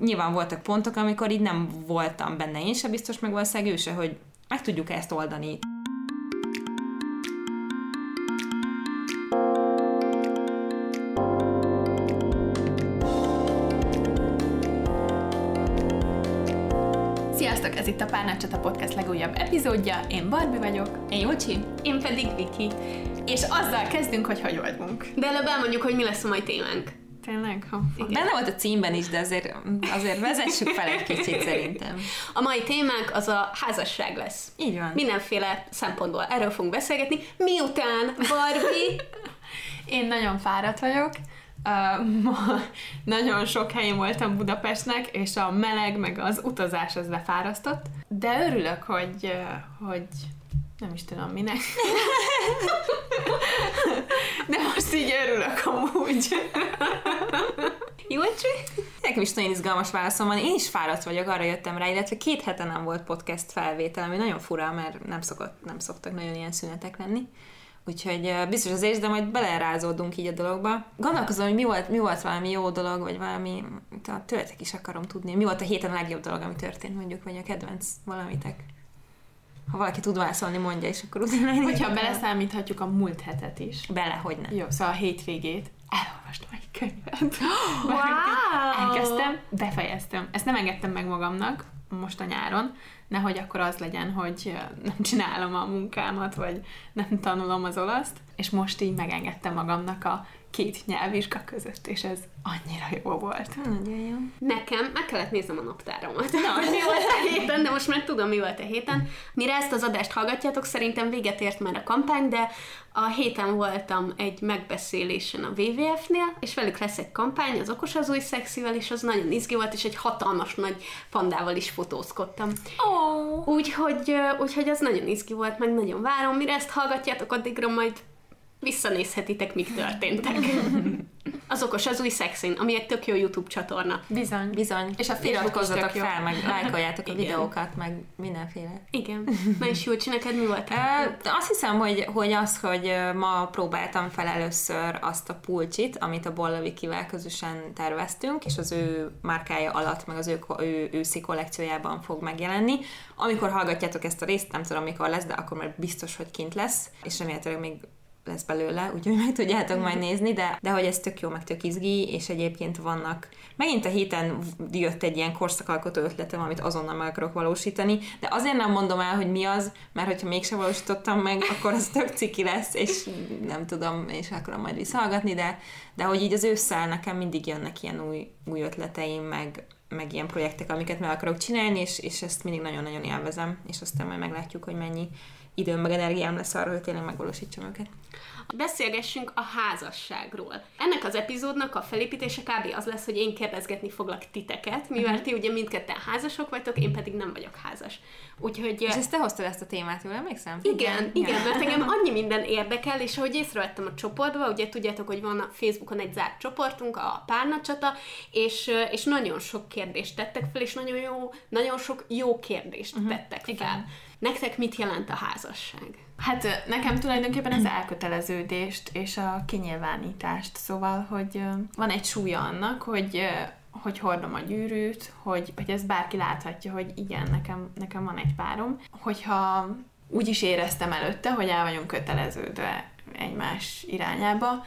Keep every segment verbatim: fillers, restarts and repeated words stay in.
nyilván voltak pontok, amikor így nem voltam benne én se biztos, meg valószínűleg ő se, hogy meg tudjuk ezt oldani. Sziasztok, ez itt a Párnácsata Podcast legújabb epizódja. Én Barbi vagyok. Én Júcsi. Én pedig Viki. És azzal kezdünk, hogy hogy oldunk. De előbb elmondjuk, hogy mi lesz a mai témánk. Tényleg? Ha, Benne volt a címben is, de azért, azért vezessük fel egy kicsit szerintem. A mai témánk az a házasság lesz. Így van. Mindenféle szempontból erről fogunk beszélgetni. Miután, Barbi? Én nagyon fáradt vagyok. Uh, ma nagyon sok helyen voltam Budapestnek, és a meleg, meg az utazás az lefárasztott. De örülök, hogy, uh, hogy nem is tudom minek. De most így örülök amúgy. Júlcsi? Nekem is nagyon izgalmas válaszom van. Én is fáradt vagyok, arra jöttem rá, illetve két hete nem volt podcast felvétel, ami nagyon fura, mert nem, szokott, nem szoktak nagyon ilyen szünetek lenni. Úgyhogy biztos az érzem, majd belerázódunk így a dologba. Gondolkozom, hogy mi volt, mi volt valami jó dolog, vagy valami, tőletek is akarom tudni. Mi volt a héten a legjobb dolog, ami történt, mondjuk, vagy a kedvenc valamitek? Ha valaki tud válaszolni, mondja, és akkor utána... Hogyha beleszámíthatjuk a múlt hetet is. Bele, hogy ne. Jó, szóval a hétvégét elolvastam egy könyvet. Wow! Elkezdtem, befejeztem. Ezt nem engedtem meg magamnak most a nyáron, nehogy akkor az legyen, hogy nem csinálom a munkámat, vagy nem tanulom az olaszt, és most így megengedtem magamnak a két nyelvvizsga között, és ez annyira jó volt. Nagyon jó. Nekem meg kellett néznem a naptáramat, hogy mi volt a héten, de most már tudom, mi volt a héten. Mire ezt az adást hallgatjátok, szerintem véget ért már a kampány, de a héten voltam egy megbeszélésen a dupla vé vé ef-nél, és velük lesz egy kampány, az Okos az új szexivel, és az nagyon izgi volt, és egy hatalmas nagy pandával is fotózkodtam. Oh. Úgyhogy, úgyhogy az nagyon izgi volt, meg nagyon várom, mire ezt hallgatjátok, addigra majd visszanézhetitek, mik történtek. Az Okos az új szexin, ami egy tök jó YouTube csatorna. Bizony. Bizony. És a Facebook is iratkozzatok tök jó. fel, meg lájkoljátok a Igen. videókat, meg mindenféle. Igen. Na és Júlcsi, neked mi volt? Uh, azt hiszem, hogy, hogy az, hogy ma próbáltam fel először azt a pulcsit, amit a Bolla Vikivel közösen terveztünk, és az ő márkája alatt, meg az ő, ő őszi kollekciójában fog megjelenni. Amikor hallgatjátok ezt a részt, nem tudom mikor lesz, de akkor már biztos, hogy kint lesz, és remélhetőleg még lesz belőle, úgyhogy meg tudjátok majd nézni, de, de hogy ez tök jó, meg tök izgi, és egyébként vannak. Megint a héten jött egy ilyen korszakalkotó ötletem, amit azonnal meg akarok valósítani, de azért nem mondom el, hogy mi az, mert hogyha mégsem valósítottam meg, akkor az tök ciki lesz, és nem tudom, és akarom majd visszahallgatni, de, de hogy így az ősszel nekem mindig jönnek ilyen új, új ötleteim, meg, meg ilyen projektek, amiket meg akarok csinálni, és, és ezt mindig nagyon-nagyon élvezem, és aztán majd meglátjuk, hogy mennyi időm meg energiám lesz arra, hogy tényleg megvalósítsam őket. Beszélgessünk a házasságról. Ennek az epizódnak a felépítése kb. Az lesz, hogy én kérdezgetni foglak titeket, mivel ti ugye mindketten házasok vagytok, én pedig nem vagyok házas. Úgyhogy... És ezt te hoztad ezt a témát, jól emlékszem? Igen, igen, igen, mert engem annyi minden érdekel, és ahogy észrevettem a csoportba, ugye tudjátok, hogy van a Facebookon egy zárt csoportunk, a Párnacsata, és, és nagyon sok kérdést tettek fel, és nagyon jó, nagyon sok jó kérdést uh-huh. tettek fel. Igen. Nektek mit jelent a házasság? Hát nekem tulajdonképpen az elköteleződést és a kinyilvánítást, szóval, hogy van egy súlya annak, hogy, hogy hordom a gyűrűt, hogy, hogy ezt bárki láthatja, hogy igen, nekem, nekem van egy párom. Hogyha úgy is éreztem előtte, hogy el vagyunk köteleződve egymás irányába,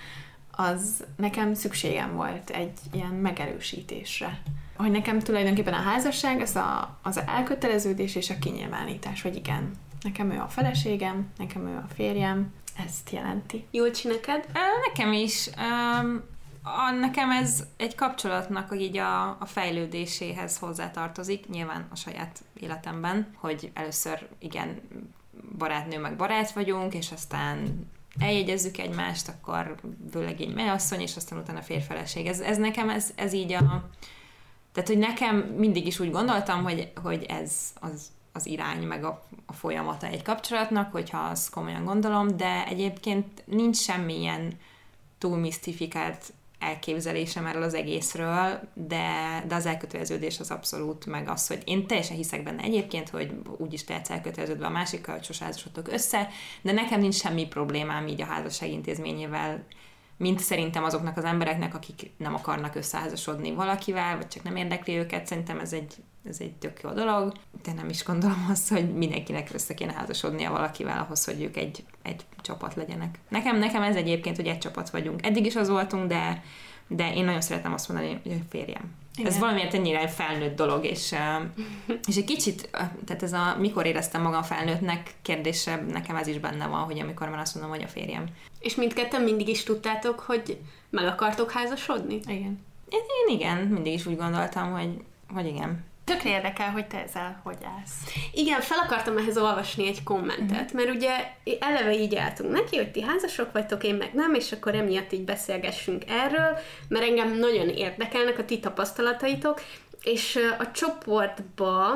az nekem szükségem volt egy ilyen megerősítésre. Hogy nekem tulajdonképpen a házasság az a, az elköteleződés és a kinyilvánítás, hogy igen, nekem ő a feleségem, nekem ő a férjem, ezt jelenti. Júlcsi, neked? Nekem is. Um, a, nekem ez egy kapcsolatnak így a, a fejlődéséhez hozzátartozik, nyilván a saját életemben, hogy először igen, barátnő meg barát vagyunk, és aztán eljegyezzük egymást, akkor vőlegény melyasszony, és aztán utána férfeleség. Ez, ez nekem, ez, ez így a... Tehát, hogy nekem mindig is úgy gondoltam, hogy, hogy ez az, az irány, meg a, a folyamata egy kapcsolatnak, hogyha azt komolyan gondolom, de egyébként nincs semmilyen túl misztifikált elképzelésem erről az egészről, de, de az elköteleződés az abszolút, meg az, hogy én teljesen hiszek benne egyébként, hogy úgyis tehetsz elköteleződve a másikkal, hogy sose házasodtok össze, de nekem nincs semmi problémám így a házasság intézményével, mint szerintem azoknak az embereknek, akik nem akarnak összeházasodni valakivel, vagy csak nem érdekli őket, szerintem ez egy, ez egy tök jó dolog, de nem is gondolom azt, hogy mindenkinek össze kéne házasodnia valakivel ahhoz, hogy ők egy, egy csapat legyenek. Nekem, nekem ez egyébként, hogy egy csapat vagyunk. Eddig is az voltunk, de, de én nagyon szeretem azt mondani, hogy férjem. Igen. Ez valamiért ennyire felnőtt dolog, és, és egy kicsit, tehát ez a mikor éreztem magam felnőttnek kérdése, nekem ez is benne van, hogy amikor már azt mondom, hogy a férjem. És mindketten mindig is tudtátok, hogy meg akartok házasodni? Igen. Én, én igen, mindig is úgy gondoltam, hogy, hogy igen. Tökre érdekel, hogy te ezzel hogy állsz. Igen, fel akartam ehhez olvasni egy kommentet, mert ugye eleve így álltunk neki, hogy ti házasok vagytok, én meg nem, és akkor emiatt így beszélgessünk erről, mert engem nagyon érdekelnek a ti tapasztalataitok, és a csoportba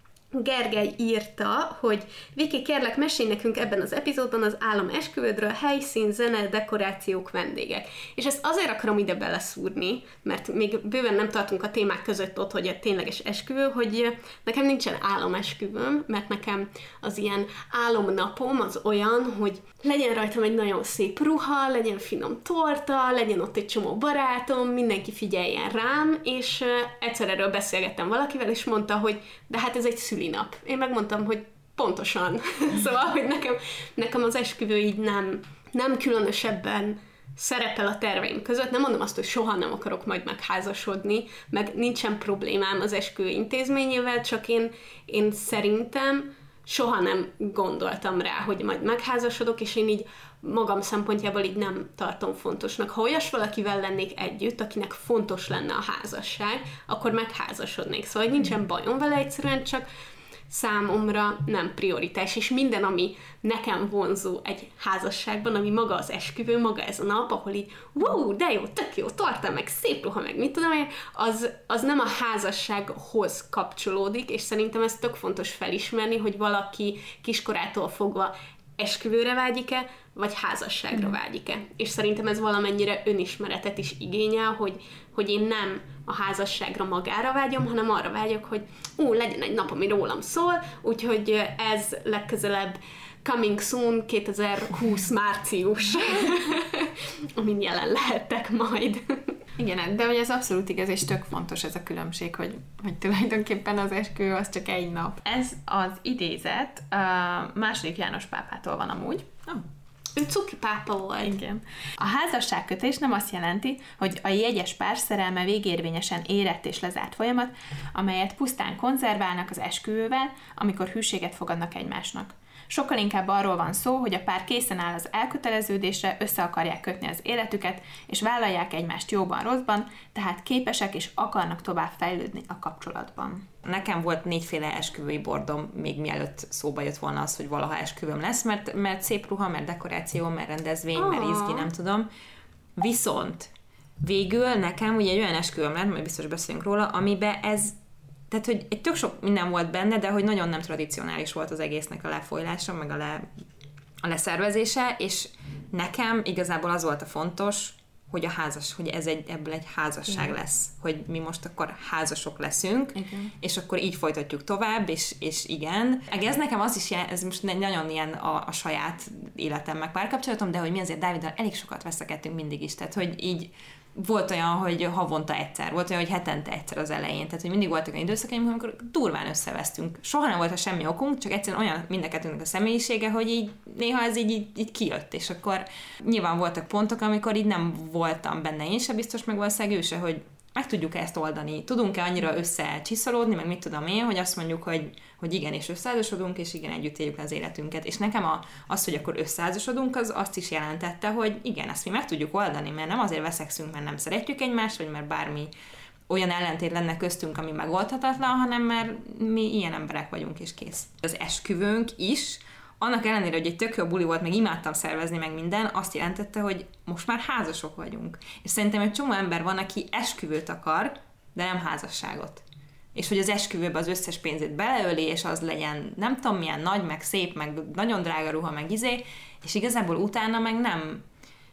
Gergely írta, hogy Viki, kérlek, mesélj nekünk ebben az epizódban az álomesküvődről, helyszín, zene, dekorációk, vendégek. És ezt azért akarom ide beleszúrni, mert még bőven nem tartunk a témák között ott, hogy a tényleges esküvő, hogy nekem nincsen álomesküvőm, mert nekem az ilyen álomnapom az olyan, hogy legyen rajtam egy nagyon szép ruha, legyen finom torta, legyen ott egy csomó barátom, mindenki figyeljen rám, és egyszer erről beszélgettem valakivel, és mondta, hogy de hát ez egy szülinap. Én megmondtam, hogy pontosan. Szóval, hogy nekem, nekem az esküvő így nem, nem különösebben szerepel a terveim között. Nem mondom azt, hogy soha nem akarok majd megházasodni, meg nincsen problémám az esküvő intézményével, csak én, én szerintem soha nem gondoltam rá, hogy majd megházasodok, és én így magam szempontjából így nem tartom fontosnak. Ha olyas valakivel lennék együtt, akinek fontos lenne a házasság, akkor megházasodnék. Szóval nincsen bajom vele, egyszerűen csak számomra nem prioritás, és minden, ami nekem vonzó egy házasságban, ami maga az esküvő, maga ez a nap, ahol így, wow, de jó, tök jó, torta, meg szép ruha, meg mit tudom én, az, az nem a házassághoz kapcsolódik, és szerintem ez tök fontos felismerni, hogy valaki kiskorától fogva esküvőre vágyik-e, vagy házasságra mm. vágyik-e. És szerintem ez valamennyire önismeretet is igényel, hogy, hogy én nem a házasságra magára vágyom, hanem arra vágyok, hogy ú, legyen egy nap, ami rólam szól, úgyhogy ez legközelebb coming soon kétezer-húsz március, amin jelen lehettek majd. Igen, de hogy ez abszolút igaz, és tök fontos ez a különbség, hogy, hogy tulajdonképpen az esküvő az csak egy nap. Ez az idézet uh, második János pápától van amúgy. Oh. Ő cuki pápa volt. Igen. A házasságkötés nem azt jelenti, hogy a jegyes pár szerelme végérvényesen érett és lezárt folyamat, amelyet pusztán konzerválnak az esküvővel, amikor hűséget fogadnak egymásnak. Sokkal inkább arról van szó, hogy a pár készen áll az elköteleződésre, össze akarják kötni az életüket, és vállalják egymást jóban, rosszban, tehát képesek és akarnak tovább fejlődni a kapcsolatban. Nekem volt négyféle esküvői bordom, még mielőtt szóba jött volna az, hogy valaha esküvőm lesz, mert, mert szép ruha, mert dekoráció, mert rendezvény, mert izgi, nem tudom. Viszont végül nekem ugye egy olyan esküvőm lett, majd biztos beszélünk róla, amiben ez Tehát, hogy egy tök sok minden volt benne, de hogy nagyon nem tradicionális volt az egésznek a lefolylása, meg a, le, a leszervezése, és nekem igazából az volt a fontos, hogy a házas, hogy ez egy, ebből egy házasság igen. lesz, hogy mi most akkor házasok leszünk, igen. és akkor így folytatjuk tovább, és, és igen. Ez nekem az is, ez most nagyon ilyen a, a saját életem meg párkapcsolatom, de hogy mi azért Dáviddal elég sokat veszekedtünk mindig is, tehát hogy így volt olyan, hogy havonta egyszer, volt olyan, hogy hetente egyszer az elején, tehát hogy mindig voltak olyan időszakaim, amikor durván összevesztünk. Soha nem volt semmi okunk, csak egyszerűen olyan mind a kettőnknek a személyisége, hogy így néha ez így, így, így kijött, és akkor nyilván voltak pontok, amikor így nem voltam benne én se biztos, meg valószínűleg ő se, hogy meg tudjuk ezt oldani, tudunk-e annyira összecsiszolódni, meg mit tudom én, hogy azt mondjuk, hogy, hogy igen, és összeházasodunk, és igen, együtt éljük az életünket. És nekem a, az, hogy akkor összeházasodunk, az azt is jelentette, hogy igen, ezt mi meg tudjuk oldani, mert nem azért veszekszünk, mert nem szeretjük egymást, vagy mert bármi olyan ellentét lenne köztünk, ami megoldhatatlan, hanem mert mi ilyen emberek vagyunk, és kész. Az esküvőnk is, annak ellenére, hogy egy tök jó buli volt, meg imádtam szervezni, meg minden, azt jelentette, hogy most már házasok vagyunk. És szerintem egy csomó ember van, aki esküvőt akar, de nem házasságot. És hogy az esküvőbe az összes pénzét beleöli, és az legyen nem tudom milyen nagy, meg szép, meg nagyon drága ruha, meg izé, és igazából utána meg nem,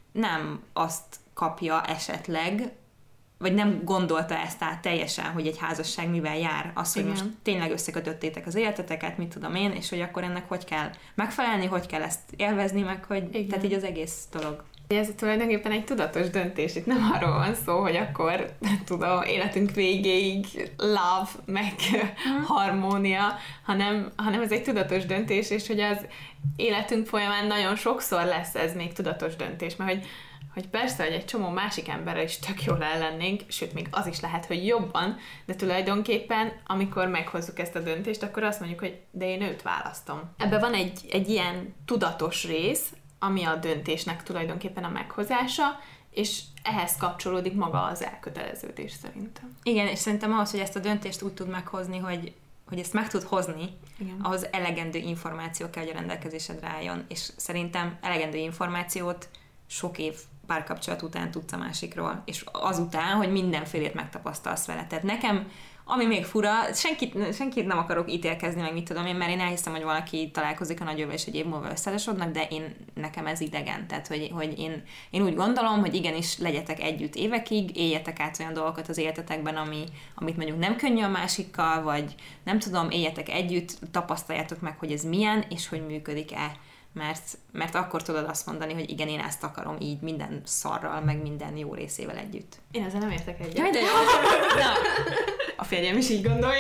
nem azt kapja esetleg, vagy nem gondolta ezt át teljesen, hogy egy házasság mivel jár. Az, hogy igen. most tényleg összekötöttétek az életeteket, mit tudom én, és hogy akkor ennek hogy kell megfelelni, hogy kell ezt élvezni, meg hogy, igen. tehát így az egész dolog. Ez tulajdonképpen egy tudatos döntés. Itt nem arról van szó, hogy akkor tudom, életünk végéig love, meg harmónia, hanem, hanem ez egy tudatos döntés, és hogy az életünk folyamán nagyon sokszor lesz ez még tudatos döntés, mert hogy hogy persze, hogy egy csomó másik emberrel is tök jól ellennénk, sőt, még az is lehet, hogy jobban, de tulajdonképpen, amikor meghozzuk ezt a döntést, akkor azt mondjuk, hogy de én őt választom. Ebben van egy, egy ilyen tudatos rész, ami a döntésnek tulajdonképpen a meghozása, és ehhez kapcsolódik maga az elköteleződés szerintem. Igen, és szerintem ahhoz, hogy ezt a döntést úgy tud meghozni, hogy, hogy ezt meg tud hozni, igen, ahhoz elegendő információ kell, hogy a rendelkezésedre álljon, és szerintem elegendő információt sok év párkapcsolat után tudsz a másikról, és azután, hogy mindenfélét megtapasztalsz vele. Tehát nekem, ami még fura, senkit, senkit nem akarok ítélkezni, meg mit tudom én, mert én elhiszem, hogy valaki találkozik a nagyobbal, és egy év múlva összeházasodnak, de én, nekem ez idegen. Tehát, hogy, hogy én, én úgy gondolom, hogy igenis legyetek együtt évekig, éljetek át olyan dolgokat az életetekben, ami, amit mondjuk nem könnyű a másikkal, vagy nem tudom, éljetek együtt, tapasztaljátok meg, hogy ez milyen, és hogy működik-e. Mert, mert akkor tudod azt mondani, hogy igen, én ezt akarom így minden szarral, meg minden jó részével együtt. Én ezzel nem értek egyet. Jaj, de jó. Na. A férjem is így gondolja.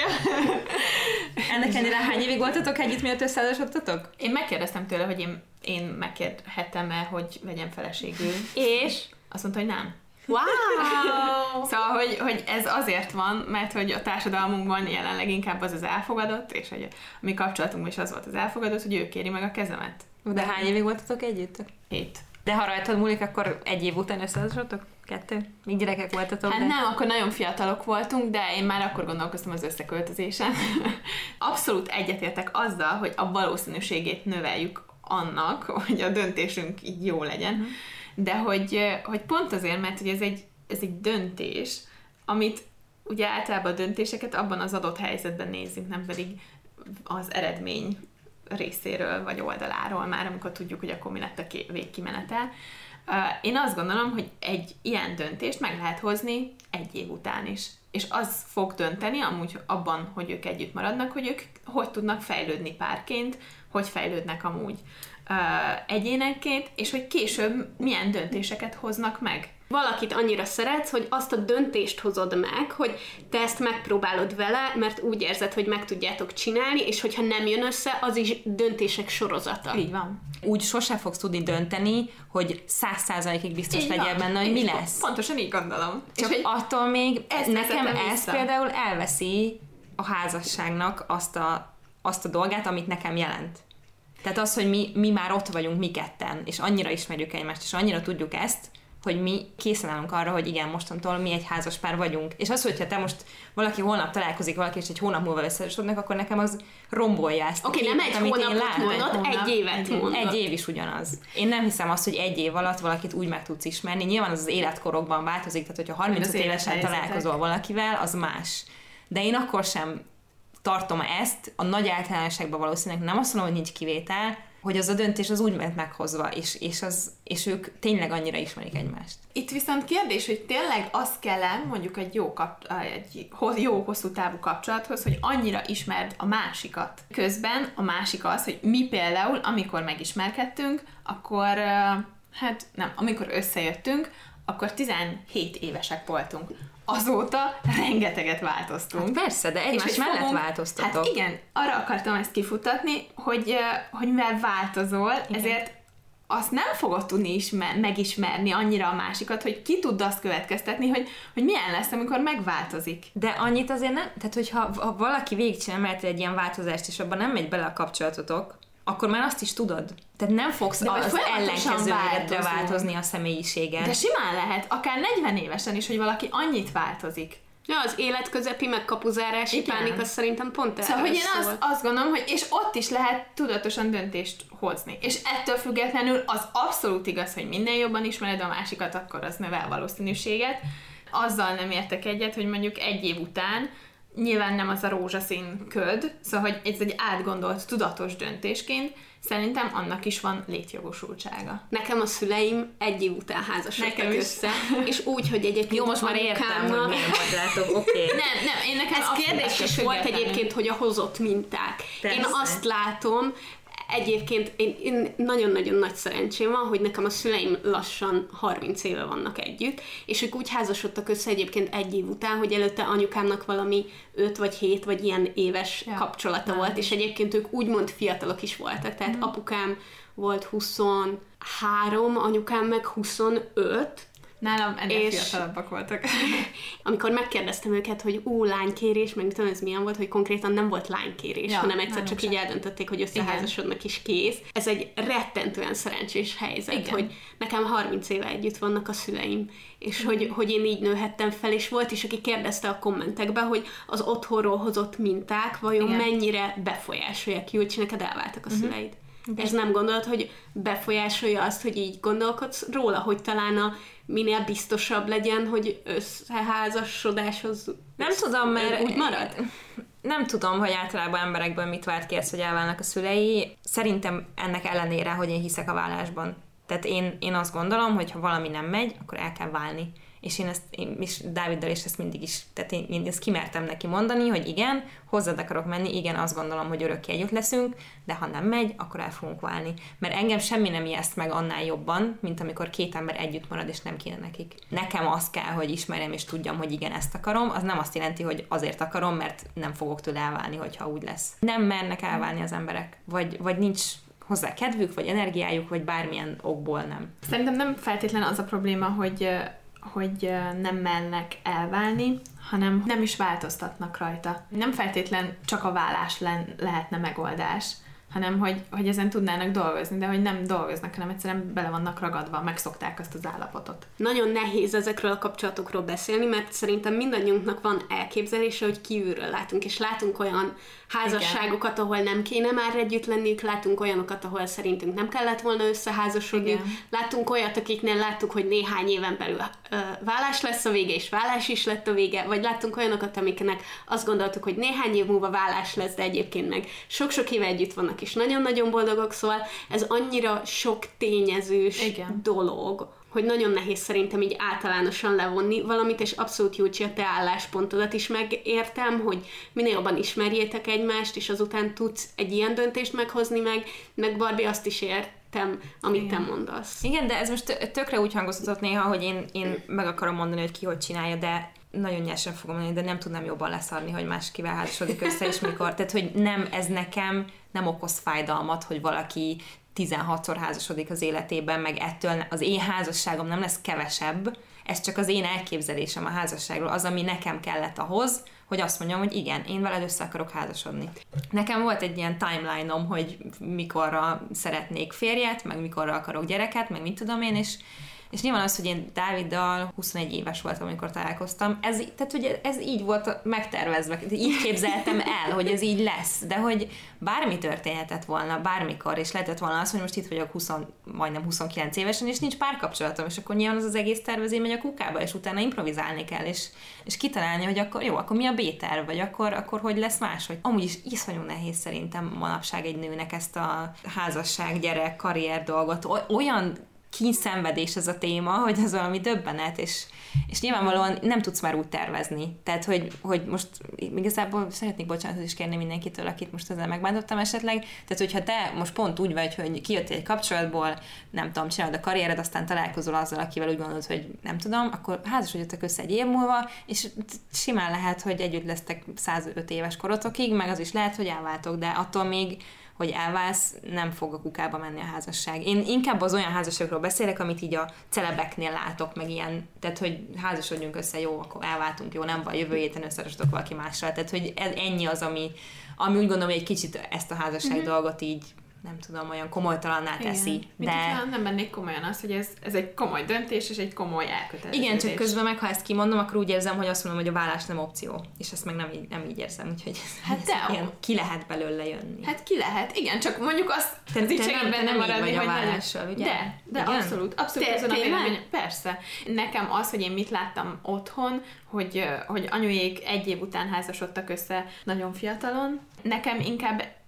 Ennek ennyire hány évig voltatok együtt, miatt összeházasodtatok? Én megkérdeztem tőle, hogy én, én megkérhetem-e, hogy vegyem feleségül. És? Azt mondta, hogy nem. Wow! Szóval, hogy, hogy ez azért van, mert hogy a társadalmunkban jelenleg inkább az az elfogadott, és hogy a mi kapcsolatunkban is az volt az elfogadott, hogy ő kéri meg a kezemet. De hány évig voltatok együtt? Hét. De ha rajtad múlik, akkor egy év után összeházasodtok? Kettő? Még gyerekek voltatok? Hát de... nem, akkor nagyon fiatalok voltunk, de én már akkor gondolkoztam az összeköltözésen. Abszolút egyetértek azzal, hogy a valószínűségét növeljük annak, hogy a döntésünk így jó legyen. Mm. De hogy, hogy pont azért, mert hogy ez egy, ez egy döntés, amit ugye általában a döntéseket abban az adott helyzetben nézzünk, nem pedig az eredmény részéről vagy oldaláról már, amikor tudjuk, hogy akkor mi lett a végkimenetel. Én azt gondolom, hogy egy ilyen döntést meg lehet hozni egy év után is. És az fog dönteni amúgy abban, hogy ők együtt maradnak, hogy ők hogy tudnak fejlődni párként, hogy fejlődnek amúgy egyénenként, és hogy később milyen döntéseket hoznak meg. Valakit annyira szeretsz, hogy azt a döntést hozod meg, hogy te ezt megpróbálod vele, mert úgy érzed, hogy meg tudjátok csinálni, és hogyha nem jön össze, az is döntések sorozata. Így van. Úgy sose fogsz tudni dönteni, hogy száz százalékig biztos így legyél benne, hogy mi lesz. Pontosan így gondolom. Csak és attól még nekem ez vissza. Például elveszi a házasságnak azt a, azt a dolgát, amit nekem jelent. Tehát az, hogy mi, mi már ott vagyunk mi ketten, és annyira ismerjük egymást, és annyira tudjuk ezt, hogy mi készen állunk arra, hogy igen, mostantól mi egy házaspár vagyunk. És az, hogyha te most valaki holnap találkozik valaki, és egy hónap múlva összeházasodnak, akkor nekem az rombolja ezt. Oké, okay, nem egy hónapot mondod, egy, hónap, egy évet mondod. Egy év is ugyanaz. Én nem hiszem azt, hogy egy év alatt valakit úgy meg tudsz ismerni. Nyilván az az életkorokban változik, tehát hogyha harmincöt évesen találkozol valakivel, az más. De én akkor sem tartom ezt, a nagy általánosságban valószínűleg nem azt mondom, hogy nincs kivétel, hogy az a döntés az úgy ment meghozva, és, és, az, és ők tényleg annyira ismerik egymást. Itt viszont kérdés, hogy tényleg az kell mondjuk egy jó, kap, egy jó hosszú távú kapcsolathoz, hogy annyira ismerd a másikat. Közben a másik az, hogy mi például, amikor megismerkedtünk, akkor, hát nem, amikor összejöttünk, akkor tizenhét évesek voltunk. Azóta rengeteget változtunk. Hát persze, de egymás mellett fogunk, változtatok. Hát igen, arra akartam ezt kifutatni, hogy, hogy mivel változol, igen. ezért azt nem fogod tudni ismer, megismerni annyira a másikat, hogy ki tudd azt következtetni, hogy, hogy milyen lesz, amikor megváltozik. De annyit azért nem, tehát hogyha ha valaki végigcsinál mellett egy ilyen változást, és abban nem megy bele a kapcsolatotok, akkor már azt is tudod. Tehát nem fogsz de az ellenkező méretre változni a személyiséged. De simán lehet, akár negyven évesen is, hogy valaki annyit változik. Ja, az életközepi megkapuzárási pánik, az szerintem pont Szóval, hogy én azt, azt gondolom, hogy és ott is lehet tudatosan döntést hozni. És ettől függetlenül az abszolút igaz, hogy minél jobban ismered a másikat, akkor az növel valószínűséget. Azzal nem értek egyet, hogy mondjuk egy év után nyilván nem az a rózsaszín köd, szóval, hogy ez egy átgondolt, tudatos döntésként, szerintem annak is van létjogosultsága. Nekem a szüleim egy év után házasodtak össze, és úgy, hogy egyébként jó, most már értem, hogy milyen vagylátok, oké. Okay. Nem, nem, én nekem ez kérdés is volt egyébként, hogy a hozott minták. Persze. Én azt látom, Egyébként én, én nagyon-nagyon nagy szerencsém van, hogy nekem a szüleim lassan harminc éve vannak együtt, és ők úgy házasodtak össze egyébként egy év után, hogy előtte anyukámnak valami öt vagy hét vagy ilyen éves ja, kapcsolata nem. volt, és egyébként ők úgymond fiatalok is voltak, tehát mm. apukám volt huszonhárom, anyukám meg huszonöt, nálam ennél fiatalabbak voltak. Amikor megkérdeztem őket, hogy ú, lánykérés, meg tudom, ez milyen volt, hogy konkrétan nem volt lánykérés, ja, hanem egyszer csak sem. Így eldöntötték, hogy összeházasodnak is kész. Ez egy rettentően szerencsés helyzet, igen. hogy nekem harminc éve együtt vannak a szüleim, és mm. hogy, hogy én így nőhettem fel, és volt is, aki kérdezte a kommentekben, hogy az otthonról hozott minták vajon igen. mennyire befolyásolják, Julcsi, neked elváltak a mm-hmm. szüleid. Igen. És nem gondolod, hogy befolyásolja azt, hogy így gondolkodsz róla, hogy talán a minél biztosabb legyen, hogy összeházasodáshoz nem tudom, mert úgy marad? Nem tudom, hogy általában emberekből mit vált ki ezt, hogy elválnak a szülei. Szerintem ennek ellenére, hogy én hiszek a vállásban. Tehát én, én azt gondolom, hogy ha valami nem megy, akkor el kell válni. És én ezt, én is Dáviddal is ezt mindig is, tehát én, én ezt kimertem neki mondani, hogy igen, hozzád akarok menni, igen, azt gondolom, hogy örökké együtt leszünk, de ha nem megy, akkor el fogunk válni. Mert engem semmi nem ijeszt meg annál jobban, mint amikor két ember együtt marad, és nem kéne nekik. Nekem az kell, hogy ismerjem és tudjam, hogy igen, ezt akarom, az nem azt jelenti, hogy azért akarom, mert nem fogok tőle elválni, hogyha úgy lesz. Nem mernek elválni az emberek, vagy, vagy nincs hozzá kedvük, vagy energiájuk, vagy bármilyen okból nem. Szerintem nem feltétlen az a probléma, hogy hogy nem mennek elválni, hanem nem is változtatnak rajta. Nem feltétlen csak a vállás le- lehetne megoldás, hanem hogy, hogy ezen tudnának dolgozni, de hogy nem dolgoznak, hanem egyszerűen bele vannak ragadva, megszokták azt az állapotot. Nagyon nehéz ezekről a kapcsolatokról beszélni, mert szerintem mindannyiunknak van elképzelése, hogy kívülről látunk, és látunk olyan házasságokat, igen. ahol nem kéne már együtt lenniük, látunk olyanokat, ahol szerintünk nem kellett volna összeházasodni, látunk olyat, akiknél láttuk, hogy néhány éven belül ö, vállás lesz a vége, és vállás is lett a vége, vagy láttunk olyanokat, amiknek azt gondoltuk, hogy néhány év múlva vállás lesz, de egyébként meg sok-sok éve együtt vannak, és nagyon-nagyon boldogok, szóval ez annyira sok tényezős igen. dolog, hogy nagyon nehéz szerintem így általánosan levonni valamit, és abszolút Julcsi, a te álláspontodat is megértem, hogy minél jobban ismerjétek egymást, és azután tudsz egy ilyen döntést meghozni meg, meg Barbie azt is értem, amit igen. te mondasz. Igen, de ez most tökre úgy hangoztatott néha, hogy én, én meg akarom mondani, hogy ki hogy csinálja, de nagyon nyersen fogom mondani, de nem tudnám jobban leszarni, hogy máskivel házasodik össze, és mikor. Tehát, hogy nem, ez nekem nem okoz fájdalmat, hogy valaki tizenhatszor házasodik az életében, meg ettől az én házasságom nem lesz kevesebb, ez csak az én elképzelésem a házasságról, az, ami nekem kellett ahhoz, hogy azt mondjam, hogy igen, én veled össze akarok házasodni. Nekem volt egy ilyen timeline-om, hogy mikorra szeretnék férjet, meg mikorra akarok gyereket, meg mit tudom én, és És nyilván az, hogy én Dáviddal huszonegy éves voltam, amikor találkoztam, ez, tehát ugye ez így volt megtervezve, így képzeltem el, hogy ez így lesz, de hogy bármi történhetett volna, bármikor, és lehetett volna az, hogy most itt vagyok húsz, majdnem huszonkilenc évesen, és nincs párkapcsolatom, és akkor nyilván az az egész tervezés megy a kukába, és utána improvizálni kell, és, és kitalálni, hogy akkor jó, akkor mi a B-terv, vagy akkor, akkor hogy lesz máshogy. Amúgy is iszonyú nehéz szerintem manapság egy nőnek ezt a házasság, gyerek, karrier dolgot, olyan kínszenvedés ez a téma, hogy ez valami döbbenet, és, és nyilvánvalóan nem tudsz már úgy tervezni. Tehát, hogy, hogy most igazából szeretnék bocsánatot is kérni mindenkitől, akit most ezzel megbántottam esetleg. Tehát, hogyha te most pont úgy vagy, hogy kijöttél egy kapcsolatból, nem tudom, csinálod a karriered, aztán találkozol azzal, akivel úgy gondolod, hogy nem tudom, akkor házasodjatok össze egy év múlva, és simán lehet, hogy együtt lesztek százöt éves korotokig, meg az is lehet, hogy elváltok, de attól még hogy elválsz, nem fog a kukába menni a házasság. Én inkább az olyan házasságokról beszélek, amit így a celebeknél látok, meg ilyen, tehát, hogy házasodjunk össze, jó, akkor elváltunk, jó, nem baj, jövő héten összeházasodok valaki mással. Tehát, hogy ez, ennyi az, ami, ami úgy gondolom, hogy egy kicsit ezt a házasság mm-hmm. dolgot így nem tudom, olyan komolytalanná teszi. Igen. De... Mint nem vennék komolyan azt, hogy ez, ez egy komoly döntés, és egy komoly elköteleződés. Igen, csak közben meg, ha ezt kimondom, akkor úgy érzem, hogy azt mondom, hogy a vállás nem opció. És ezt meg nem így, nem így érzem, úgyhogy hát ez ilyen, ki lehet belőle jönni. Hát ki lehet, igen, csak mondjuk azt te, te nem, benne nem maradni, vagy a vállással, ugye? De, de igen? abszolút, abszolút azon a vélemény. Persze. Nekem az, hogy én mit láttam otthon, hogy, hogy anyujék egy év után házasodtak össze nagyon fiatalon, nekem inkább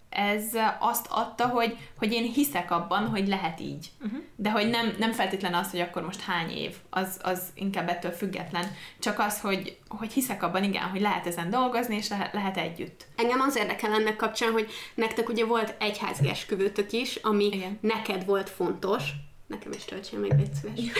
ez azt adta, hogy, hogy én hiszek abban, hogy lehet így. Uh-huh. De hogy nem, nem feltétlen az, hogy akkor most hány év, az, az inkább ettől független. Csak az, hogy, hogy hiszek abban, igen, hogy lehet ezen dolgozni, és lehet, lehet együtt. Engem az érdekel ennek kapcsán, hogy nektek ugye volt egyházi esküvőtök is, ami igen. neked volt fontos. Nekem is töltsél meg, légy szíves.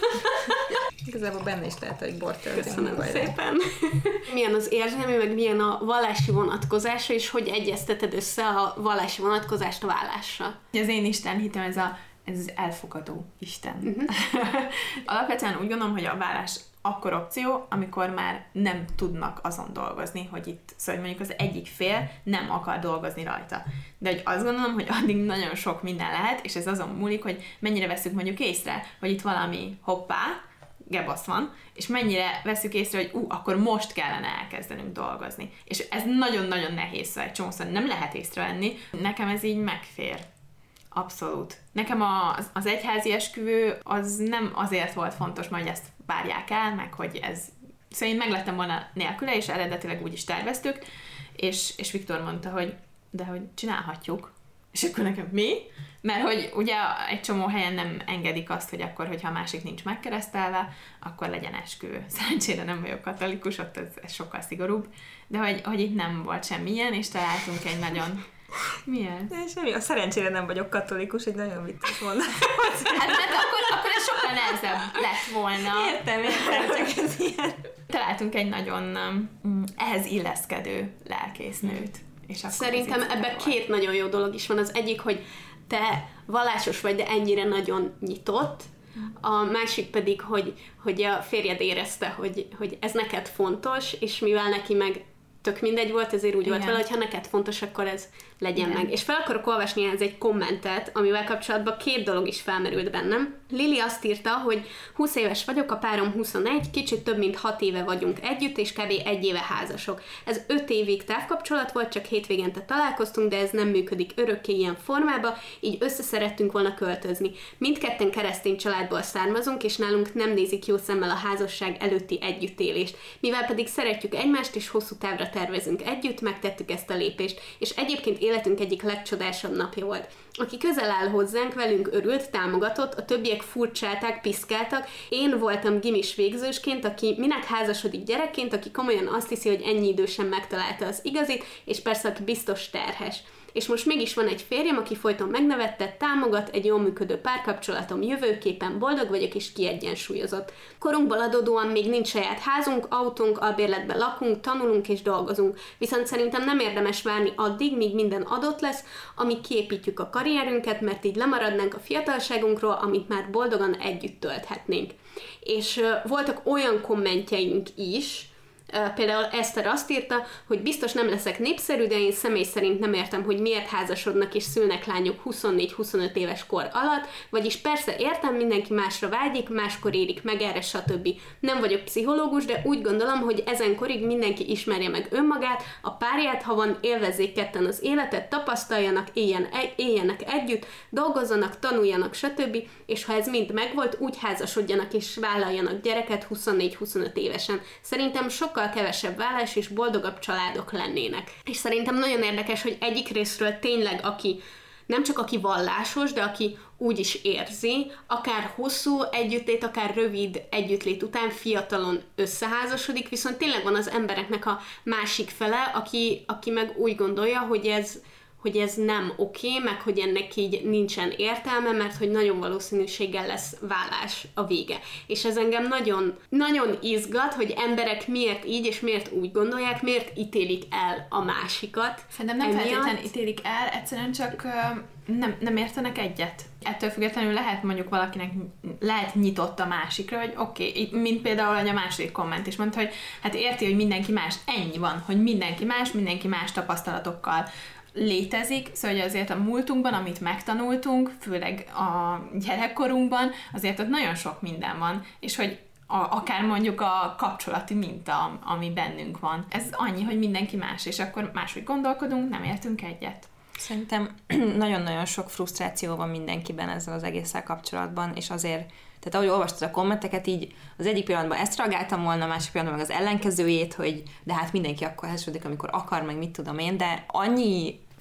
Igazából benne is lehet, hogy bort tölteni. Köszönöm szépen. Milyen az érzelmi, meg milyen a vallási vonatkozása, és hogy egyezteted össze a vallási vonatkozást a vállással? Az én Isten hitem, ez, a, ez az elfogadó Isten. Uh-huh. Alapvetően úgy gondolom, hogy a vállás akkor opció, amikor már nem tudnak azon dolgozni, hogy itt, szóval mondjuk az egyik fél nem akar dolgozni rajta. De hogy azt gondolom, hogy addig nagyon sok minden lehet, és ez azon múlik, hogy mennyire veszük mondjuk észre, hogy itt valami hoppá, gebasz van, és mennyire veszük észre, hogy ú, akkor most kellene elkezdenünk dolgozni. És ez nagyon-nagyon nehéz, szóval egy csomószor nem lehet észrevenni. Nekem ez így megfér. Abszolút. Nekem az, az egyházi esküvő az nem azért volt fontos, hogy ezt várják el, meg hogy ez... Szóval én meglettem volna nélküle, és eredetileg úgy is terveztük, és, és Viktor mondta, hogy de hogy csinálhatjuk. És akkor nekem mi? Mert hogy ugye egy csomó helyen nem engedik azt, hogy akkor, hogyha a másik nincs megkeresztelve, akkor legyen esküvő. Szerencsére nem vagyok katolikus, ott ez, ez sokkal szigorúbb, de hogy, hogy itt nem volt semmilyen, és találtunk egy nagyon... Milyen? De semmi, a szerencsére nem vagyok katolikus, egy nagyon vicces volna. Hát mert akkor, akkor ez sokkal nehezebb lett volna. Értem, értem, csak ez ilyen. Találtunk egy nagyon um, ehhez illeszkedő lelkésznőt. És szerintem ebben két nagyon jó dolog is van. Az egyik, hogy te vallásos vagy, de ennyire nagyon nyitott. A másik pedig, hogy, hogy a férjed érezte, hogy, hogy ez neked fontos, és mivel neki meg tök mindegy volt, ezért úgy igen. volt vele, hogy ha neked fontos, akkor ez legyen igen. meg. És fel akarok olvasni ez egy kommentet, amivel kapcsolatban két dolog is felmerült bennem. Lili azt írta, hogy húsz éves vagyok, a párom huszonegy, kicsit több mint hat éve vagyunk együtt, és kb. egy éve házasok. Ez öt évig távkapcsolat volt, csak hétvégente találkoztunk, de ez nem működik örökké ilyen formába, így összeszerettünk volna költözni. Mindketten keresztény családból származunk, és nálunk nem nézik jó szemmel a házasság előtti együttélést. Mivel pedig szeretjük egymást, és hosszú távra tervezünk együtt, megtettük ezt a lépést, és egyébként életünk egyik legcsodásabb napja volt. Aki közel áll hozzánk, velünk örült, támogatott, a többiek furcsálták, piszkáltak. Én voltam gimis végzősként, aki minek házasodik gyerekként, aki komolyan azt hiszi, hogy ennyi idősen megtalálta az igazit, és persze aki biztos terhes. És most mégis van egy férjem, aki folyton megnevettet, támogat, egy jól működő párkapcsolatom, jövőképpen boldog vagyok és kiegyensúlyozott. Korunkból adódóan még nincs saját házunk, autónk, albérletben lakunk, tanulunk és dolgozunk. Viszont szerintem nem érdemes várni addig, míg minden adott lesz, amíg kiépítjük a karrierünket, mert így lemaradnánk a fiatalságunkról, amit már boldogan együtt tölthetnénk. És uh, voltak olyan kommentjeink is, Uh, például Eszter azt írta, hogy biztos nem leszek népszerű, de én személy szerint nem értem, hogy miért házasodnak és szülnek lányok huszonnégy-huszonöt éves kor alatt, vagyis persze értem, mindenki másra vágyik, máskor érik meg erre, stb. Nem vagyok pszichológus, de úgy gondolom, hogy ezen korig mindenki ismerje meg önmagát, a párját, ha van, élvezzék ketten az életet, tapasztaljanak, éljen, éljenek együtt, dolgozzanak, tanuljanak, stb. És ha ez mind megvolt, úgy házasodjanak és vállaljanak gyereket huszonnégy-huszonöt évesen. Szerintem sokkal kevesebb vállás és boldogabb családok lennének. És szerintem nagyon érdekes, hogy egyik részről tényleg aki, nem csak aki vallásos, de aki úgy is érzi, akár hosszú együttlét, akár rövid együttlét után fiatalon összeházasodik, viszont tényleg van az embereknek a másik fele, aki, aki meg úgy gondolja, hogy ez hogy ez nem oké, meg hogy ennek így nincsen értelme, mert hogy nagyon valószínűséggel lesz vállás a vége. És ez engem nagyon, nagyon izgat, hogy emberek miért így és miért úgy gondolják, miért ítélik el a másikat. Szerintem nem emiatt... feltétlenül ítélik el, egyszerűen csak uh, nem, nem értenek egyet. Ettől függetlenül lehet mondjuk valakinek, lehet nyitott a másikra, hogy oké, okay, mint például a második komment is mondta, hogy hát érti, hogy mindenki más, ennyi van, hogy mindenki más, mindenki más tapasztalatokkal létezik, szóval azért a múltunkban, amit megtanultunk, főleg a gyerekkorunkban, azért ott nagyon sok minden van, és hogy a, akár mondjuk a kapcsolati minta, ami bennünk van. Ez annyi, hogy mindenki más, és akkor máshogy gondolkodunk, nem értünk egyet. Szerintem nagyon-nagyon sok frusztráció van mindenkiben ezzel az egésszel kapcsolatban, és azért, tehát ahogy olvastad a kommenteket, így az egyik pillanatban ezt reagáltam volna, a másik pillanatban meg az ellenkezőjét, hogy de hát mindenki akkor házasodik, amikor akar, meg mit tudom én, de annyi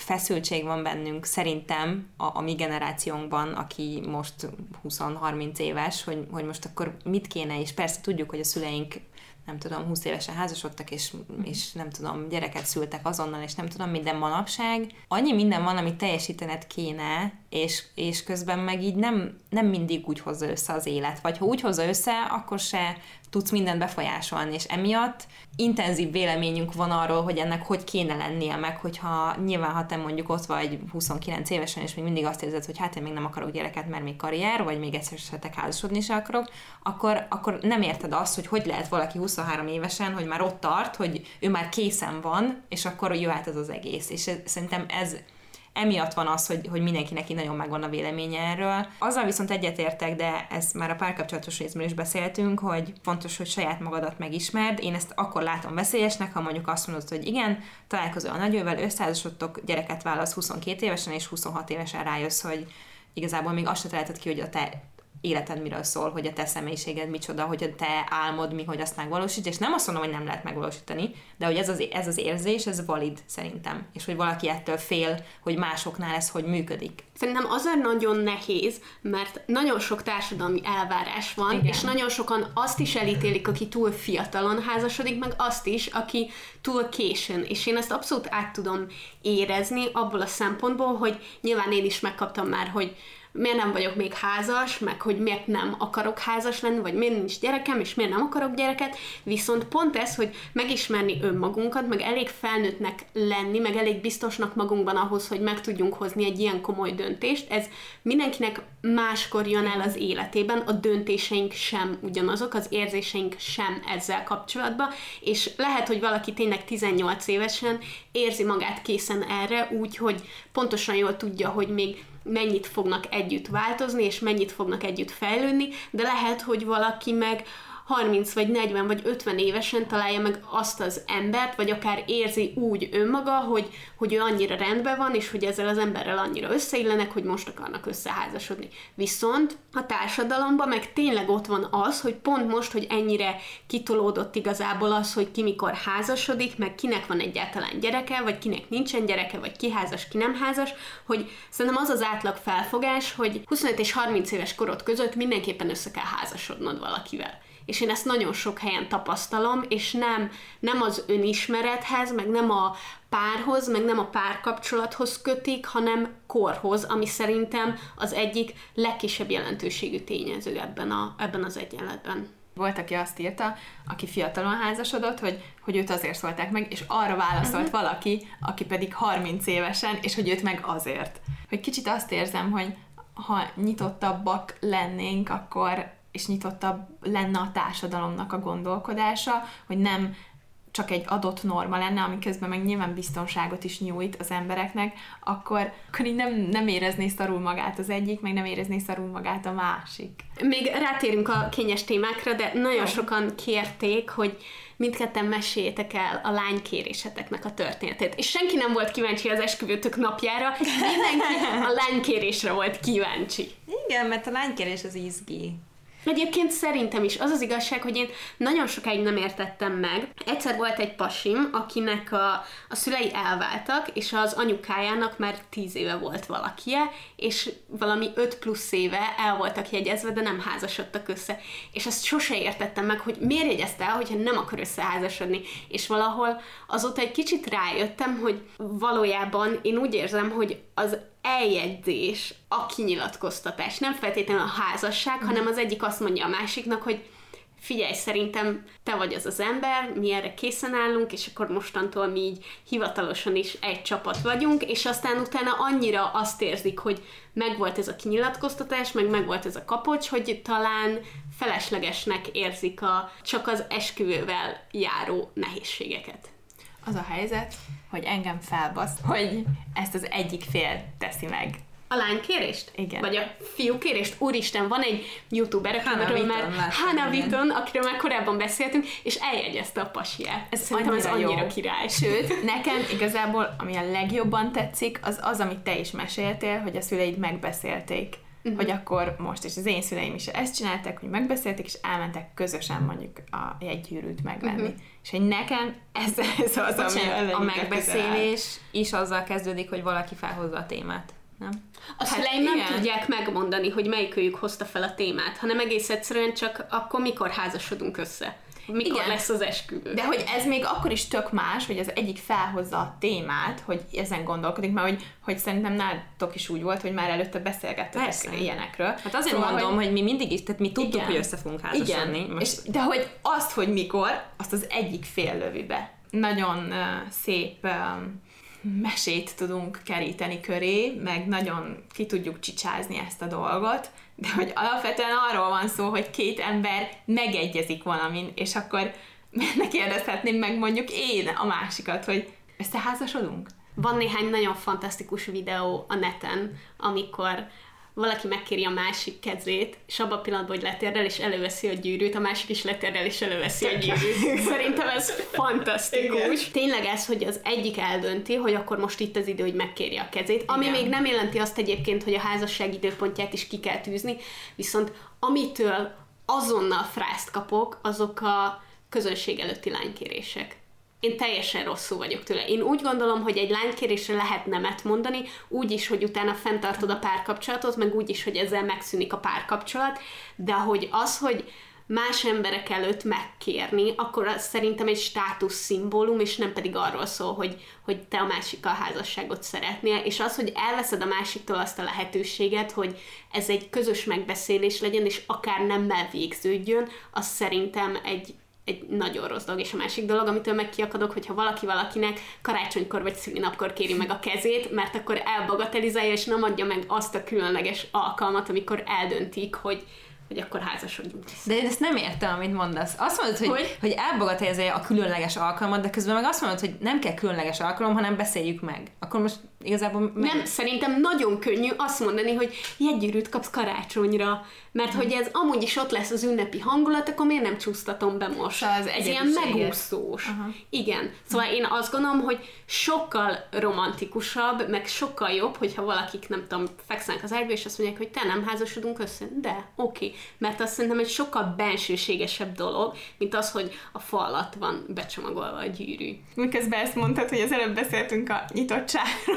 feszültség van bennünk szerintem a, a mi generációnkban, aki most húsz-harminc éves, hogy, hogy most akkor mit kéne, és persze tudjuk, hogy a szüleink nem tudom, húsz évesen házasodtak, és, és nem tudom, gyereket szültek azonnal, és nem tudom, minden manapság. Annyi minden van, amit teljesítened kéne, és, és közben meg így nem, nem mindig úgy hozza össze az élet. Vagy ha úgy hozza össze, akkor se tudsz mindent befolyásolni, és emiatt intenzív véleményünk van arról, hogy ennek hogy kéne lennie, meg hogyha nyilván, ha te mondjuk ott vagy huszonkilenc évesen, és még mindig azt érzed, hogy hát én még nem akarok gyereket, mert még karrier, vagy még egyszer esetek házasodni sem akarok, akkor, akkor nem érted azt, hogy hogy lehet valaki huszonhárom évesen, hogy már ott tart, hogy ő már készen van, és akkor jöhet ez az egész. És ez, szerintem ez emiatt van az, hogy, hogy mindenkinek így nagyon megvan a véleménye erről. Azzal viszont egyetértek, de ezt már a párkapcsolatos részben is beszéltünk, hogy fontos, hogy saját magadat megismerd. Én ezt akkor látom veszélyesnek, ha mondjuk azt mondod, hogy igen, találkozol a nagyővel, összeházasodtok, gyereket válasz huszonkét évesen, és huszonhat évesen rájössz, hogy igazából még azt se találtad ki, hogy a te életed miről szól, hogy a te személyiséged micsoda, hogy a te álmod mi, hogy azt megvalósíts, és nem azt mondom, hogy nem lehet megvalósítani, de hogy ez az, ez az érzés, ez valid szerintem, és hogy valaki ettől fél, hogy másoknál ez hogy működik. Szerintem azért nagyon nehéz, mert nagyon sok társadalmi elvárás van, igen. És nagyon sokan azt is elítélik, aki túl fiatalon házasodik, meg azt is, aki túl későn, és én ezt abszolút át tudom érezni abból a szempontból, hogy nyilván én is megkaptam már, hogy miért nem vagyok még házas, meg hogy miért nem akarok házas lenni, vagy miért nincs gyerekem, és miért nem akarok gyereket, viszont pont ez, hogy megismerni önmagunkat, meg elég felnőttnek lenni, meg elég biztosnak magunkban ahhoz, hogy meg tudjunk hozni egy ilyen komoly döntést, ez mindenkinek máskor jön el az életében, a döntéseink sem ugyanazok, az érzéseink sem ezzel kapcsolatban, és lehet, hogy valaki tényleg tizennyolc évesen érzi magát készen erre, úgy, hogy pontosan jól tudja, hogy még mennyit fognak együtt változni, és mennyit fognak együtt fejlődni, de lehet, hogy valaki meg harminc vagy negyven vagy ötven évesen találja meg azt az embert, vagy akár érzi úgy önmaga, hogy, hogy ő annyira rendben van, és hogy ezzel az emberrel annyira összeillenek, hogy most akarnak összeházasodni. Viszont a társadalomban meg tényleg ott van az, hogy pont most, hogy ennyire kitolódott igazából az, hogy ki mikor házasodik, meg kinek van egyáltalán gyereke, vagy kinek nincsen gyereke, vagy ki házas, ki nem házas, hogy szerintem az az átlag felfogás, hogy huszonöt és harminc éves korod között mindenképpen össze kell házasodnod valakivel. És én ezt nagyon sok helyen tapasztalom, és nem, nem az önismerethez, meg nem a párhoz, meg nem a párkapcsolathoz kötik, hanem korhoz, ami szerintem az egyik legkisebb jelentőségű tényező ebben, a, ebben az egyenletben. Volt, aki azt írta, aki fiatalon házasodott, hogy, hogy őt azért szólták meg, és arra válaszolt uh-huh. valaki, aki pedig harminc évesen, és hogy őt meg azért. Hogy kicsit azt érzem, hogy ha nyitottabbak lennénk, akkor és nyitottabb lenne a társadalomnak a gondolkodása, hogy nem csak egy adott norma lenne, ami közben meg nyilván biztonságot is nyújt az embereknek, akkor, akkor így nem, nem érezné szarul magát az egyik, meg nem érezné szarul magát a másik. Még rátérünk a kényes témákra, de nagyon sokan kérték, hogy mindketten meséljétek el a lánykéréseteknek a történetét. És senki nem volt kíváncsi az esküvőtök napjára, mindenki a lánykérésre volt kíváncsi. Igen, mert a lánykérés az izgi. Egyébként szerintem is az az igazság, hogy én nagyon sokáig nem értettem meg. Egyszer volt egy pasim, akinek a, a szülei elváltak, és az anyukájának már tíz éve volt valakie, és valami öt plusz éve el voltak jegyezve, de nem házasodtak össze. És ezt sose értettem meg, hogy miért jegyezte el, hogyha nem akar összeházasodni. És valahol azóta egy kicsit rájöttem, hogy valójában én úgy érzem, hogy az eljegyzés, a kinyilatkoztatás, nem feltétlenül a házasság, mm. hanem az egyik azt mondja a másiknak, hogy figyelj, szerintem te vagy az az ember, mi erre készen állunk, és akkor mostantól mi így hivatalosan is egy csapat vagyunk, és aztán utána annyira azt érzik, hogy megvolt ez a kinyilatkoztatás, meg megvolt ez a kapocs, hogy talán feleslegesnek érzik a csak az esküvővel járó nehézségeket. Az a helyzet, hogy engem felbaszt, hogy ezt az egyik fél teszi meg. A lánykérést? Igen. Vagy a fiúkérést? Úristen, van egy youtuber, akiről már Hannah Witton, akiről már korábban beszéltünk, és eljegyezte a pasiát. Ez szerintem ez annyira jó. Király. Sőt, nekem igazából, ami a legjobban tetszik, az az, amit te is meséltél, hogy a szüleid megbeszélték, uh-huh. hogy akkor most, és az én szüleim is ezt csinálták, hogy megbeszélték, és elmentek közösen mondjuk a jegygyűrűt megvenni. Uh-huh. És hogy nekem ez, ez az, ami a, a megbeszélés is azzal kezdődik, hogy valaki felhozza a témát. Nem? A hát szüleim nem tudják megmondani, hogy melyikőjük hozta fel a témát, hanem egész egyszerűen csak akkor mikor házasodunk össze. Mikor igen. lesz az esküvő. De hogy ez még akkor is tök más, hogy az egyik felhozza a témát, hogy ezen gondolkodik, mert hogy, hogy szerintem nálatok is úgy volt, hogy már előtte beszélgettetek ilyenekről. Hát azért szóval, mondom, hogy, hogy mi mindig is, tehát mi tudtuk, igen. hogy össze fogunk házasodni. Igen. Most... És, de hogy azt, hogy mikor, azt az egyik fél lövi be. Nagyon uh, szép uh, mesét tudunk keríteni köré, meg nagyon ki tudjuk csicsázni ezt a dolgot, de hogy alapvetően arról van szó, hogy két ember megegyezik valamin, és akkor ne kérdezhetném meg mondjuk én a másikat, hogy összeházasodunk? Van néhány nagyon fantasztikus videó a neten, amikor valaki megkéri a másik kezét, és abban a pillanatban, hogy letérdel, és előveszi a gyűrűt, a másik is letérdel, és előveszi a gyűrűt. Szerintem ez fantasztikus. Igen. Tényleg ez, hogy az egyik eldönti, hogy akkor most itt az idő, hogy megkéri a kezét, ami igen. még nem jelenti azt egyébként, hogy a házasság időpontját is ki kell tűzni, viszont amitől azonnal frászt kapok, azok a közönség előtti lánykérések. Én teljesen rosszul vagyok tőle. Én úgy gondolom, hogy egy lánykérésre lehet nemet mondani, úgy is, hogy utána fenntartod a párkapcsolatot, meg úgy is, hogy ezzel megszűnik a párkapcsolat, de hogy az, hogy más emberek előtt megkérni, akkor az szerintem egy státuszszimbólum, és nem pedig arról szól, hogy, hogy te a másikkal házasságot szeretnél, és az, hogy elveszed a másiktól azt a lehetőséget, hogy ez egy közös megbeszélés legyen, és akár nemmel végződjön, az szerintem egy egy nagyon rossz dolog, és a másik dolog, amitől meg kiakadok, hogyha valaki valakinek karácsonykor vagy szülinapkor kéri meg a kezét, mert akkor elbagatelizálja, és nem adja meg azt a különleges alkalmat, amikor eldöntik, hogy hogy akkor házasodjunk. De én ezt nem értem, amit mondasz. Azt mondod, hogy, hogy? hogy elbagatelizálja a különleges alkalmat, de közben meg azt mondod, hogy nem kell különleges alkalom, hanem beszéljük meg. Akkor most igazából... Meg... Nem, szerintem nagyon könnyű azt mondani, hogy jegygyűrűt kapsz karácsonyra, mert hogy ez amúgy is ott lesz az ünnepi hangulat, akkor miért nem csúsztatom be most? Az ez ilyen megúszós. Uh-huh. Igen. Szóval én azt gondolom, hogy sokkal romantikusabb, meg sokkal jobb, hogyha valakik, nem tudom, fekszenek az ágyba, és azt mondják, hogy te nem házasodunk össze. De, oké. Okay. Mert azt szerintem egy sokkal bensőségesebb dolog, mint az, hogy a fa alatt van becsomagolva a gyűrű. Miközben ezt mondtad, hogy az előbb beszéltünk a nyitottságról,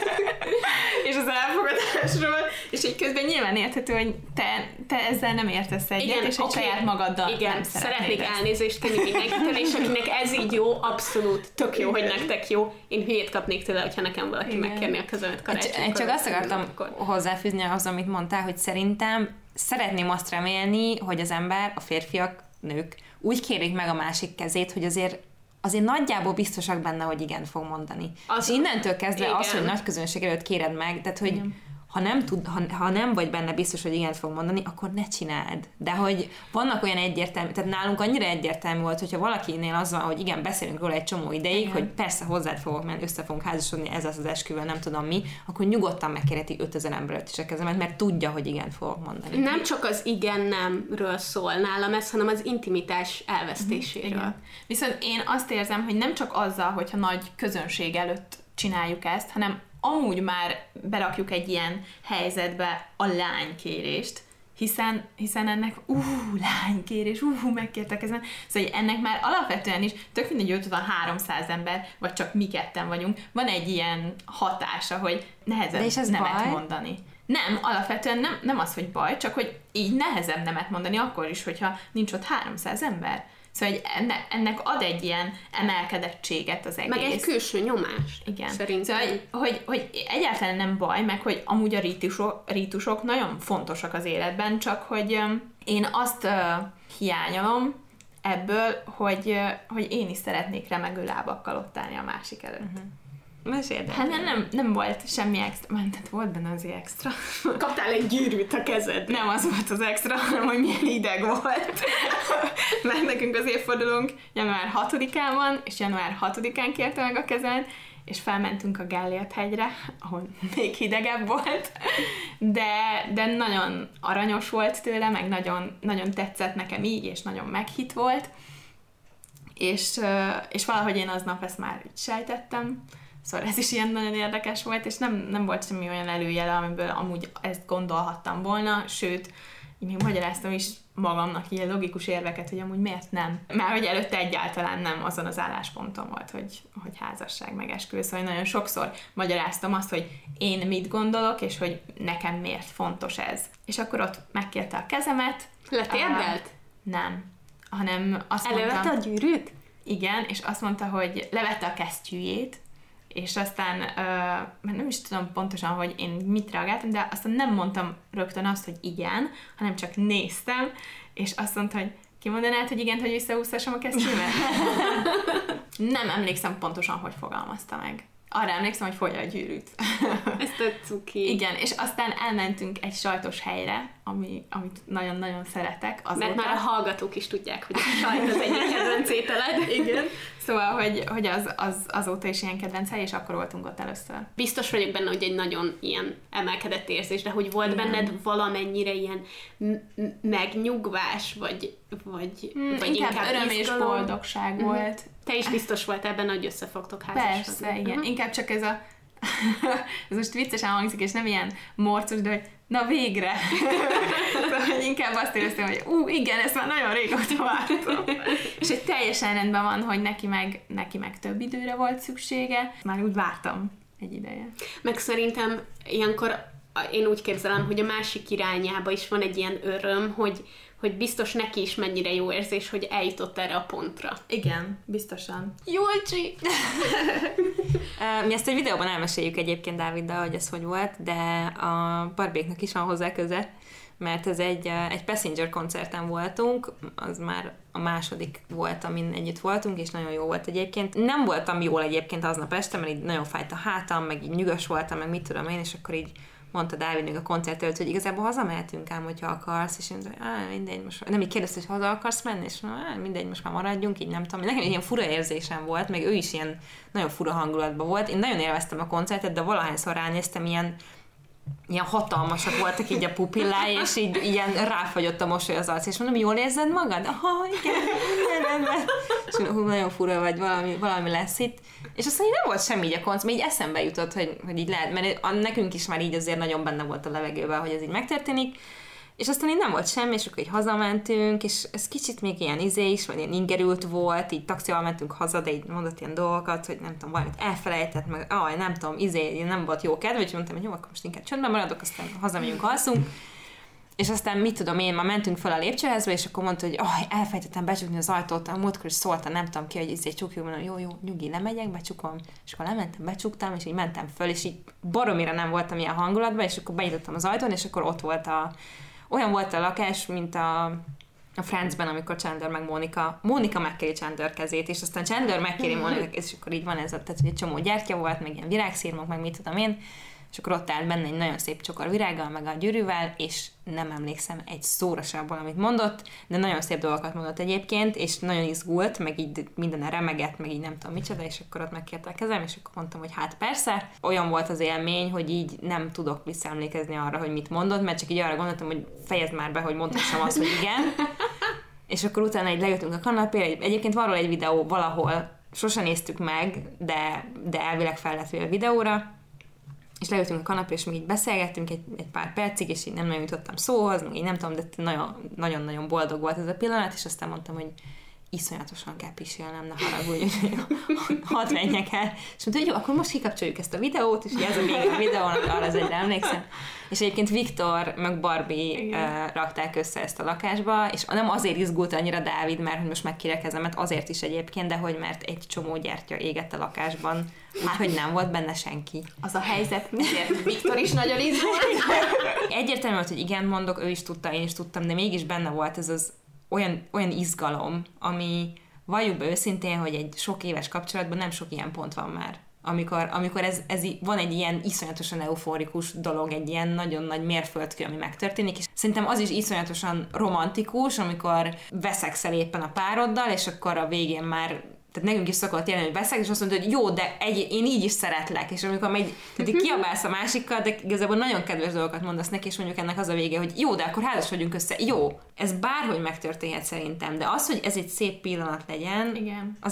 és az elfogadásról, és így közben nyilván érthető, hogy te, te ezzel nem értesz egyet, igen, és hogy okay. saját magaddal igen, nem szeretnék ezt. Elnézést tenni mindenkitől, és akinek ez így jó, abszolút tök jó, igen. hogy nektek jó. Én hülyét kapnék tőle, hogyha nekem valaki igen. megkérni a kezemet karácsonykor. Én csak azt akartam akkor. hozzáfűzni az, amit mondtál, hogy szerintem szeretném azt remélni, hogy az ember, a férfiak, nők úgy kérik meg a másik kezét, hogy azért azért nagyjából biztosak benne, hogy igen fog mondani. Az, és innentől kezdve igen. az, hogy nagy közönség előtt kéred meg, tehát hogy igen. ha nem, tud, ha, ha nem vagy benne biztos, hogy igent fog mondani, akkor ne csináld. De hogy vannak olyan egyértelmű, tehát nálunk annyira egyértelmű volt, hogyha valakinél az van, hogy igen, beszélünk róla egy csomó ideig, igen. hogy persze hozzád fogok menni, össze fogunk házasodni, ez az az esküvő, nem tudom mi, akkor nyugodtan megkérheti ötezer embert is a kezemet, mert tudja, hogy igen fogok mondani. Nem csak az igen-nemről szól nálam ez, hanem az intimitás elvesztéséről. Igen. Viszont én azt érzem, hogy nem csak azzal, hogyha nagy közönség előtt csináljuk ezt, hanem amúgy már berakjuk egy ilyen helyzetbe a lánykérést, hiszen, hiszen ennek ú, lánykérés, ú, megkértek ezen. Szóval ennek már alapvetően is, tök mindegy, hogy ott van háromszáz ember, vagy csak mi ketten vagyunk, van egy ilyen hatása, hogy nehezebb nemet baj? mondani. Nem, alapvetően nem, nem az, hogy baj, csak hogy így nehezebb nemet mondani akkor is, hogyha nincs ott háromszáz ember. Szóval ennek, ennek ad egy ilyen emelkedettséget az egész. Meg egy külső nyomást. Igen. Szerintem. Szóval, hogy, hogy egyáltalán nem baj, meg hogy amúgy a rítusok, rítusok nagyon fontosak az életben, csak hogy um, én azt uh, hiányolom ebből, hogy, uh, hogy én is szeretnék remegő lábakkal ott állni a másik előtt. Uh-huh. Mesélj, hát nem, nem, nem volt semmi extra, mert volt benne azért extra. Kaptál egy gyűrűt a kezed. Nem az volt az extra, hanem hogy milyen hideg volt. Mert nekünk az évfordulónk január hatodikán van, és január hatodikán kérte meg a kezed, és felmentünk a Gellért-hegyre, ahol még hidegebb volt, de, de nagyon aranyos volt tőle, meg nagyon, nagyon tetszett nekem így, és nagyon meghitt volt, és, és valahogy én aznap ezt már így sejtettem, Szóval ez is ilyen nagyon érdekes volt, és nem, nem volt semmi olyan előjele, amiből amúgy ezt gondolhattam volna, sőt, én még magyaráztam is magamnak ilyen logikus érveket, hogy amúgy miért nem. Már hogy előtte egyáltalán nem azon az állásponton volt, hogy, hogy házasság meg esküvő, szóval nagyon sokszor magyaráztam azt, hogy én mit gondolok, és hogy nekem miért fontos ez. És akkor ott megkérte a kezemet. Letérdelt? Uh, nem. Hanem azt Elővette mondta... a gyűrűt? Igen, és azt mondta, hogy levette a kesztyűjét, és aztán, uh, nem is tudom pontosan, hogy én mit reagáltam, de aztán nem mondtam rögtön azt, hogy igen, hanem csak néztem, és azt mondta, hogy kimondanád, hogy igen, hogy visszahúztassam a kesztyűmet? Nem emlékszem pontosan, hogy fogalmazta meg. Arra emlékszem, hogy fogja a gyűrűt. Ez tök cuki. Igen, és aztán elmentünk egy sajtos helyre, ami, amit nagyon-nagyon szeretek. Azóta. Mert már a hallgatók is tudják, hogy a sajt az egyik kedvenc ételed. Igen. Szóval, hogy, hogy az, az, azóta is ilyen kedvenc hely, és akkor voltunk ott először. Biztos vagyok benne, hogy egy nagyon ilyen emelkedett érzés, de hogy volt Igen. benned valamennyire ilyen m- megnyugvás, vagy, vagy, hmm, vagy inkább, inkább öröm izgalom. És boldogság mm-hmm. volt. Te is biztos voltál benne, hogy összefogtok házasodni. Persze, igen. Uh-huh. Inkább csak ez a ez most viccesen hangzik, és nem ilyen morcos, de hogy na végre! Szóval, hogy inkább azt éreztem, hogy ú, igen, ezt már nagyon régóta vártam. És hogy teljesen rendben van, hogy neki meg, neki meg több időre volt szüksége. Már úgy vártam egy ideje. Meg szerintem ilyenkor én úgy képzelem, hogy a másik irányába is van egy ilyen öröm, hogy hogy biztos neki is mennyire jó érzés, hogy eljutott erre a pontra. Igen, biztosan. Júlcsi! Mi ezt egy videóban elmeséljük egyébként Dáviddal, hogy ez hogy volt, de a Barbéknak is van hozzá köze, mert ez egy, egy Passenger koncerten voltunk, az már a második volt, amin együtt voltunk, és nagyon jó volt egyébként. Nem voltam jól egyébként aznap este, mert így nagyon fájt a hátam, meg így nyugos voltam, meg mit tudom én, és akkor így mondta Dávid még a koncert előtt, hogy igazából hazamehetünk ám, hogyha akarsz, és én mondta, hogy mindegy, most nem így kérdezte, hogy haza akarsz menni, és mondta, mindegy, most már maradjunk, így nem tudom. Nekem ilyen fura érzésem volt, meg ő is ilyen nagyon fura hangulatban volt. Én nagyon élveztem a koncertet, de valahányszor ránéztem, ilyen ilyen hatalmasak voltak így a pupillái, és így ilyen ráfagyott a mosoly az arc, és mondom, jól érzed magad? Aha, igen, rendben. És mondom, nagyon fura vagy, valami, valami lesz itt. És aztán így nem volt semmi így a koncert, így eszembe jutott, hogy, hogy így lehet, mert nekünk is már így azért nagyon benne volt a levegőben, hogy ez így megtörténik. És aztán így nem volt semmi, és akkor így hazamentünk, és ez kicsit még ilyen izé is, vagy ilyen ingerült volt, így taxival mentünk haza, de így mondott ilyen dolgokat, hogy nem tudom, valamit elfelejtett, meg aj, nem tudom, izé, nem volt jó kedve, úgyhogy mondtam, hogy jó, akkor most inkább csöndben maradok, aztán hazamegyünk, alszunk. És aztán mit tudom én, már mentünk fel a lépcsőházba, és akkor mondta, hogy aj, elfelejtettem becsukni az ajtót, a múltkor is szóltam, nem tudom ki, hogy izé csukjuk, mondom, jó, jó, nyugi, lemegyek, becsukom, és akkor lementem, becsuktam, és így mentem föl, és így baromira nem voltam ilyen hangulatban, és akkor benyitottam az ajtón, és akkor ott volt a olyan volt a lakás, mint a, a Friendsben, amikor Chandler meg Mónika, Mónika megkéri Chandler kezét, és aztán Chandler megkéri Mónika kezét, és akkor így van ez, tehát egy csomó gyertya volt, meg ilyen virágszírmok, meg mit tudom én, és akkor ott állt benne egy nagyon szép csokor virággal, meg a gyűrűvel, és nem emlékszem egy szóra sem abból, amit mondott, de nagyon szép dolgokat mondott egyébként, és nagyon izgult, meg így minden remegett, meg így nem tudom micsoda, és akkor ott megkérte a kezem, és akkor mondtam, hogy hát persze. Olyan volt az élmény, hogy így nem tudok visszaemlékezni arra, hogy mit mondott, mert csak így arra gondoltam, hogy fejezd már be, hogy mondhassam azt, hogy igen. És akkor utána így lejöttünk a kanapére, egyébként van róla egy videó valahol, sosem néztük meg, de, de elvileg fel lett a videóra, és leültünk a kanapé, és még így beszélgettünk egy, egy pár percig, és így nem nagyon jutottam szóhoz, így nem tudom, de nagyon-nagyon boldog volt ez a pillanat, és aztán mondtam, hogy iszonyatosan kell pisilnem, ne haragudj, hogy hadd menjek el. És mondta, hogy jó, akkor most kikapcsoljuk ezt a videót, és ez a még a videónak, arra az egyre emlékszem. És egyébként Viktor meg Barbie uh, rakták össze ezt a lakásba, és nem azért izgult annyira Dávid, mert hogy most megkérje a kezemet, azért is egyébként, de hogy mert egy csomó gyertya égett a lakásban, úgyhogy nem volt benne senki. Az a helyzet, miért Viktor is nagyon izgult. Egyértelmű volt, hogy igen mondok, ő is tudta, én is tudtam, de mégis benne volt ez az olyan, olyan izgalom, ami valljuk be őszintén, hogy egy sok éves kapcsolatban nem sok ilyen pont van már. Amikor, amikor ez, ez van egy ilyen iszonyatosan euforikus dolog, egy ilyen nagyon nagy mérföldkő, ami megtörténik, és szerintem az is iszonyatosan romantikus, amikor veszekszel éppen a pároddal, és akkor a végén már, tehát nekünk is szokott jelenni, hogy veszek, és azt mondod, hogy jó, de egy, én így is szeretlek, és amikor megy, tehát kiabálsz a másikkal, de igazából nagyon kedves dolgokat mondasz neki, és mondjuk ennek az a vége, hogy jó, de akkor házas vagyunk össze, jó, ez bárhogy megtörténhet szerintem, de az, hogy ez egy szép pillanat legyen, igen. az egy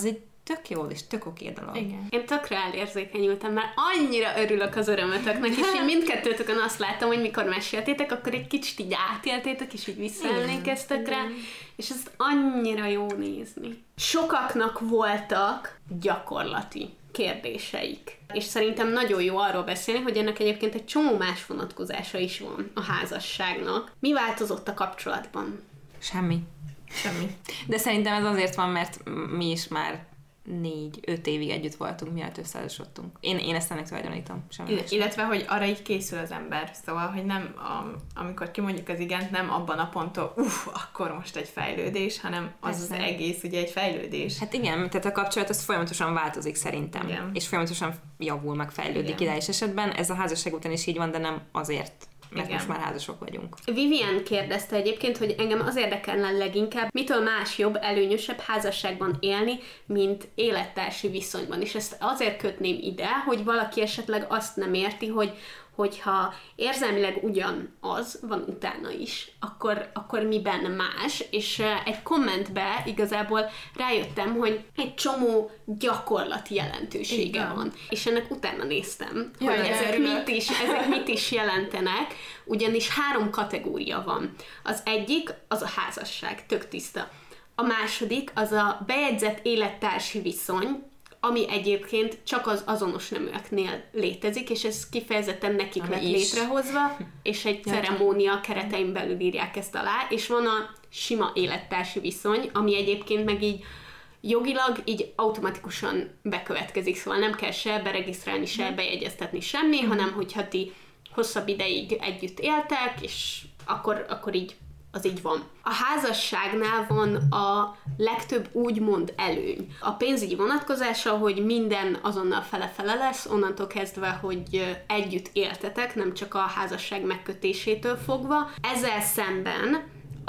tök jól és tök oké dolog. Igen. Én tökre elérzékenyültem, mert annyira örülök az örömötöknek, és én mindkettőtökön azt láttam, hogy mikor meséltétek, akkor egy kicsit így átéltétek, és így visszaemlékeztek rá, és ezt annyira jó nézni. Sokaknak voltak gyakorlati kérdéseik. És szerintem nagyon jó arról beszélni, hogy ennek egyébként egy csomó más vonatkozása is van a házasságnak. Mi változott a kapcsolatban? Semmi. Semmi. De szerintem ez azért van, mert mi is már négy-öt évig együtt voltunk, mielőtt összeházasodtunk. Én, én ezt ennek tulajdonítom. Ill- illetve, hogy arra így készül az ember. Szóval, hogy nem, a, amikor kimondjuk az igent, nem abban a ponton, uff, akkor most egy fejlődés, hanem az Persze. az egész ugye egy fejlődés. Hát igen, tehát a kapcsolat az folyamatosan változik szerintem. Igen. És folyamatosan javul, meg fejlődik igen. ideális esetben. Ez a házasság után is így van, de nem azért, mert igen. most már házasok vagyunk. Vivian kérdezte egyébként, hogy engem az érdekelne leginkább, mitől más jobb, előnyösebb házasságban élni, mint élettársi viszonyban. És ezt azért kötném ide, hogy valaki esetleg azt nem érti, hogy hogyha érzelmileg ugyanaz van utána is, akkor, akkor miben más, és egy kommentbe igazából rájöttem, hogy egy csomó gyakorlati jelentősége Igen. van, és ennek utána néztem, Jaj, hogy ezek mit, is, ezek mit is jelentenek, ugyanis három kategória van. Az egyik az a házasság, tök tiszta. A második az a bejegyzett élettársi viszony, ami egyébként csak az azonos neműeknél létezik, és ez kifejezetten nekik ami lett is. létrehozva, és egy ceremónia keretein belül írják ezt alá, és van a sima élettársi viszony, ami egyébként meg így jogilag így automatikusan bekövetkezik, szóval nem kell se beregisztrálni, se bejegyeztetni semmi, mm. hanem hogyha ti hosszabb ideig együtt éltek, és akkor, akkor így az így van. A házasságnál van a legtöbb úgymond előny. A pénzügyi vonatkozása, hogy minden azonnal fele-fele lesz, onnantól kezdve, hogy együtt éltetek, nem csak a házasság megkötésétől fogva. Ezzel szemben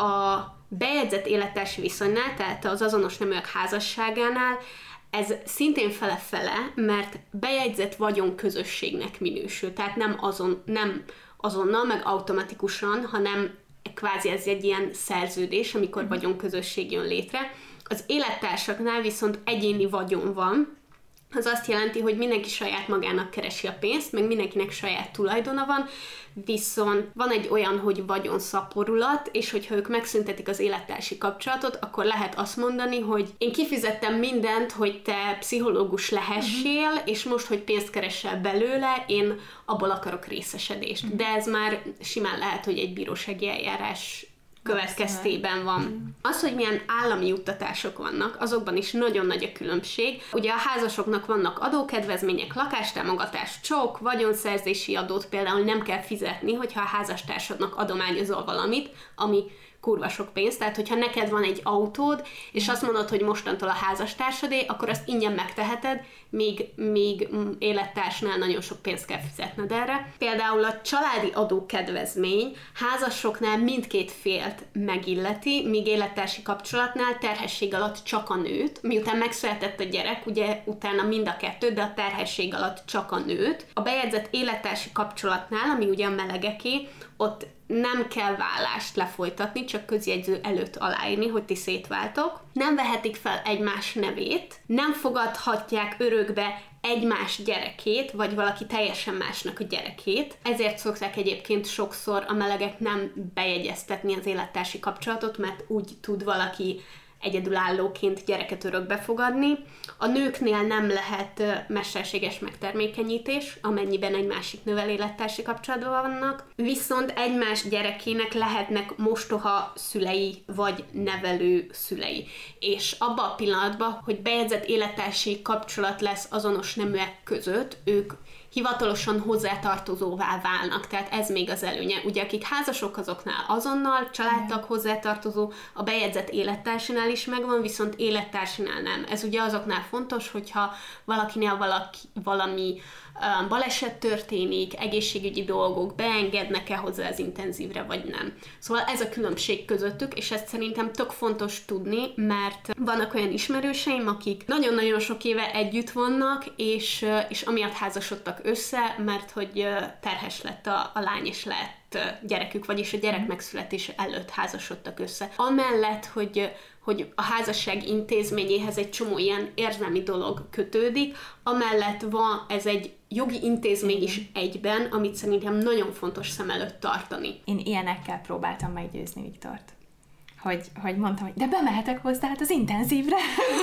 a bejegyzett élettársi viszonynál, tehát az azonos neműek házasságánál ez szintén fele-fele, mert bejegyzett vagyonközösségnek minősül. Tehát nem, azon, nem azonnal, meg automatikusan, hanem kvázi ez egy ilyen szerződés, amikor mm. vagyonközösség jön létre. Az élettársaknál viszont egyéni vagyon van, az azt jelenti, hogy mindenki saját magának keresi a pénzt, meg mindenkinek saját tulajdona van, viszont van egy olyan, hogy vagyonszaporulat, és hogyha ők megszüntetik az élettársi kapcsolatot, akkor lehet azt mondani, hogy én kifizettem mindent, hogy te pszichológus lehessél, uh-huh. és most, hogy pénzt keresel belőle, én abból akarok részesedést. Uh-huh. De ez már simán lehet, hogy egy bírósági eljárás következtében van. Az, hogy milyen állami juttatások vannak, azokban is nagyon nagy a különbség. Ugye a házasoknak vannak adókedvezmények, lakástámogatás, csók, vagyonszerzési adót például nem kell fizetni, hogyha a házastársadnak adományozol valamit, ami kurva sok pénz, tehát hogyha neked van egy autód, és azt mondod, hogy mostantól a házastársadé, akkor azt ingyen megteheted, míg, míg élettársnál nagyon sok pénzt kell fizetned erre. Például a családi adókedvezmény házasoknál mindkét félt megilleti, míg élettársi kapcsolatnál terhesség alatt csak a nőt. Miután megszületett a gyerek, ugye utána mind a kettő, de a terhesség alatt csak a nőt. A bejegyzett élettársi kapcsolatnál, ami ugye a melegeké, ott nem kell vállást lefolytatni, csak közjegyző előtt aláírni, hogy ti szétváltok. Nem vehetik fel egymás nevét, nem fogadhatják örökbe egymás gyerekét, vagy valaki teljesen másnak a gyerekét. Ezért szokták egyébként sokszor a melegek nem bejegyeztetni az élettársi kapcsolatot, mert úgy tud valaki egyedülállóként gyereket örökbe fogadni. A nőknél nem lehet mesterséges megtermékenyítés, amennyiben egy másik nővel élettársi kapcsolatban vannak, viszont egymás gyerekének lehetnek mostoha szülei, vagy nevelő szülei. És abban a pillanatban, hogy bejegyzett élettársi kapcsolat lesz azonos neműek között, ők hivatalosan hozzátartozóvá válnak, tehát ez még az előnye. Ugye akik házasok, azoknál azonnal, családtag hozzátartozó, a bejegyzett élettársinál is megvan, viszont élettársinál nem. Ez ugye azoknál fontos, hogyha valakinél valaki, valami baleset történik, egészségügyi dolgok, beengednek-e hozzá az intenzívre, vagy nem. Szóval ez a különbség közöttük, és ezt szerintem tök fontos tudni, mert vannak olyan ismerőseim, akik nagyon-nagyon sok éve együtt vannak, és, és amiatt házasodtak össze, mert hogy terhes lett a, a lány, és lett gyerekük, vagyis a gyerek megszületése előtt házasodtak össze. Amellett, hogy, hogy a házasság intézményéhez egy csomó ilyen érzelmi dolog kötődik, amellett van ez egy jogi intézmény is egyben, amit szerintem nagyon fontos szem előtt tartani. Én ilyenekkel próbáltam meggyőzni Viktort. Hogy, hogy mondtam, hogy de bemehetek hozzá hát az intenzívre.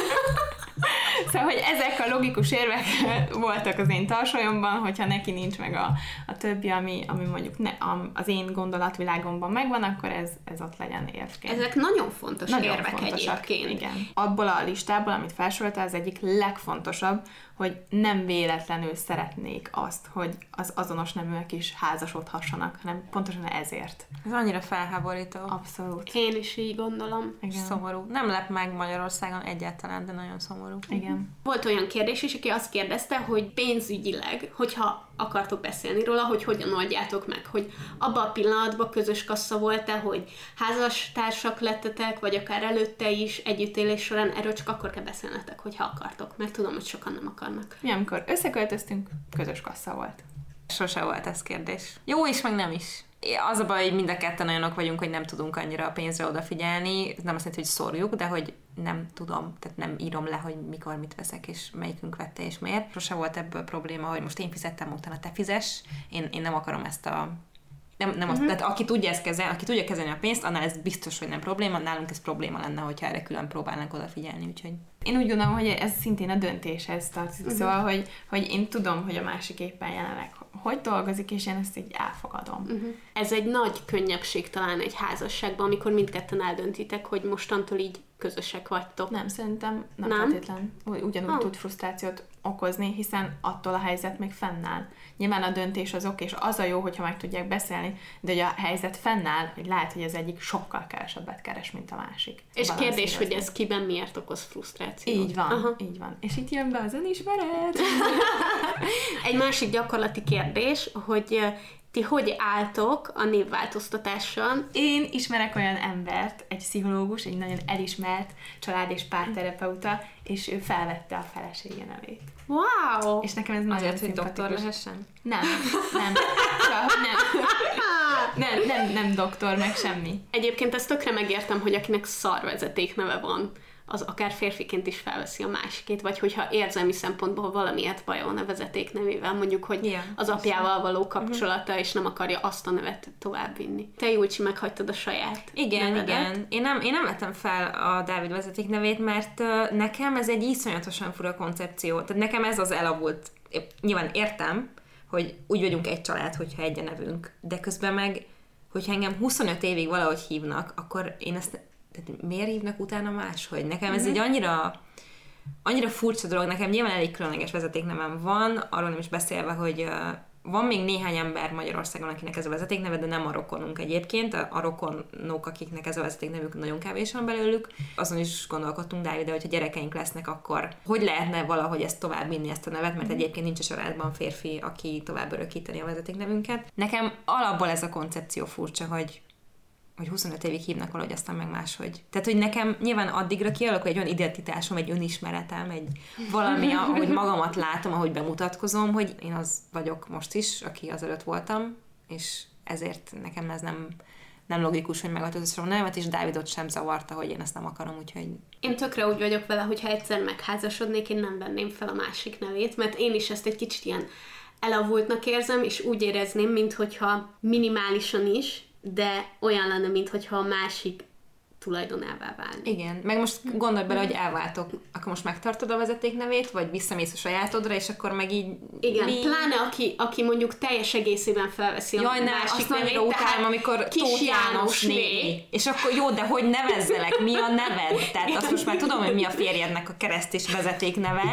Szóval, hogy ezek a logikus érvek voltak az én tarsolyomban, hogyha neki nincs meg a, a többi, ami, ami mondjuk ne, a, az én gondolatvilágomban megvan, akkor ez, ez ott legyen érvként. Ezek nagyon fontos nagyon érvek fontosak, egyébként. Igen. Abból a listából, amit felsorolta, az egyik legfontosabb, hogy nem véletlenül szeretnék azt, hogy az azonos neműek is házasodhassanak, hanem pontosan ezért. Ez annyira felháborító. Abszolút. Én is így gondolom. Igen. Szomorú. Nem lep meg Magyarországon egyáltalán, de nagyon szomorú. Igen. Volt olyan kérdés is, aki azt kérdezte, hogy pénzügyileg, hogyha akartok beszélni róla, hogy hogyan oldjátok meg, hogy abban a pillanatban közös kassa volt-e, hogy házastársak lettetek, vagy akár előtte is együttélés során, erről csak akkor kell beszélnetek, hogyha akartok, mert tudom, hogy sokan nem akarnak. Mi amikor összeköltöztünk, közös kassa volt. Sose volt ez kérdés. Jó is, meg nem is. Az a baj, hogy mind a ketten olyanok vagyunk, hogy nem tudunk annyira a pénzre odafigyelni. Nem azt jelenti, hogy szórjuk, de hogy nem tudom, tehát nem írom le, hogy mikor mit veszek, és melyikünk vette, és miért. Sose volt ebből probléma, hogy most én fizettem, utána te fizess. Én, én nem akarom ezt a... Nem, nem azt, uh-huh. Tehát aki tudja ezt kezelni, aki tudja kezelni a pénzt, annál ez biztos, hogy nem probléma, nálunk ez probléma lenne, hogyha erre külön próbálnánk odafigyelni, úgyhogy... Én úgy gondolom, hogy ez szintén a döntéshez tartozik, uh-huh. Szóval, hogy, hogy én tudom, hogy a másik éppen jelenleg hogy dolgozik, és én ezt így elfogadom. Uh-huh. Ez egy nagy könnyebbség talán egy házasságban, amikor mindketten eldöntitek, hogy mostantól így közösek vagytok. Nem, szerintem nem, nem? feltétlen. Ugyanúgy oh. tud frusztrációt okozni, hiszen attól a helyzet még fennáll. Nyilván a döntés az oké, és az a jó, hogyha meg tudják beszélni, de hogy a helyzet fennáll, hogy lehet, hogy az egyik sokkal kevesebbet keres, mint a másik. És kérdés, hogy ez kiben miért okoz frusztrációt. Így van, Aha. így van. És itt jön be az önismeret. Egy másik gyakorlati kérdés, hogy ti hogy álltok a névváltoztatással? Én ismerek olyan embert, egy pszichológus, egy nagyon elismert család- és párterapeuta, és ő felvette a felesége nevét. Wow! És nekem ez nagyon Azért, hogy szimpatikus. doktor lehessen? Nem, nem. Csak nem. nem, nem, nem doktor, meg semmi. Egyébként ezt tökre megértem, hogy akinek szarvezeték neve van, az akár férfiként is felveszi a másikét, vagy hogyha érzelmi szempontból valamiért baj van a vezetéknevével, mondjuk, hogy yeah, az apjával való kapcsolata, uh-huh. és nem akarja azt a nevet továbbvinni. Te, Júlcsi, meghagytad a saját Igen, nevedet. igen. Én nem, én nem vettem fel a Dávid vezetéknevét, mert uh, nekem ez egy iszonyatosan fura koncepció. Tehát nekem ez az elavult. Nyilván értem, hogy úgy vagyunk egy család, hogyha egy a nevünk, de közben meg, hogyha engem huszonöt évig valahogy hívnak, akkor én ezt tehát miért hívnak utána máshogy? Nekem ez uh-huh. egy annyira, annyira furcsa dolog, nekem nyilván elég különleges vezetéknevem van, arról nem is beszélve, hogy uh, van még néhány ember Magyarországon, akinek ez a vezetékneve, de nem a rokonunk egyébként, a, a rokonok, akiknek ez a vezetéknevük, nagyon kevés van belőlük. Azon is gondolkodtunk, Dávid, de hogyha gyerekeink lesznek, akkor hogy lehetne valahogy ezt tovább vinni, ezt a nevet, mert egyébként nincs a családban férfi, aki tovább örökíteni a vezetéknevünket. Nekem alapból ez a koncepció furcsa, hogy hogy huszonöt évig hívnak valahogy, aztán meg máshogy. Tehát, hogy nekem nyilván addigra kialakul egy olyan identitásom, egy önismeretem, egy valami, ahogy magamat látom, ahogy bemutatkozom, hogy én az vagyok most is, aki azelőtt voltam, és ezért nekem ez nem, nem logikus, hogy megváltoztatom a nevemet, és Dávidot sem zavarta, hogy én ezt nem akarom, úgyhogy... Én tökre úgy vagyok vele, hogyha egyszer megházasodnék, én nem venném fel a másik nevét, mert én is ezt egy kicsit ilyen elavultnak érzem, és úgy érezném, minthogyha minimálisan is, de olyan lenne, mintha a másik tulajdonává válni. Igen, meg most gondolj bele, hogy elváltok, akkor most megtartod a vezetéknevét, vagy visszamész a sajátodra, és akkor meg így... Igen, mi... pláne aki, aki mondjuk teljes egészében felveszi Jaj, a ne, másik nevét. Jaj, utálom, amikor Tóth János néni. És akkor jó, de hogy nevezzelek? Mi a neved? Tehát azt most már tudom, hogy mi a férjednek a keresztes vezetékneve,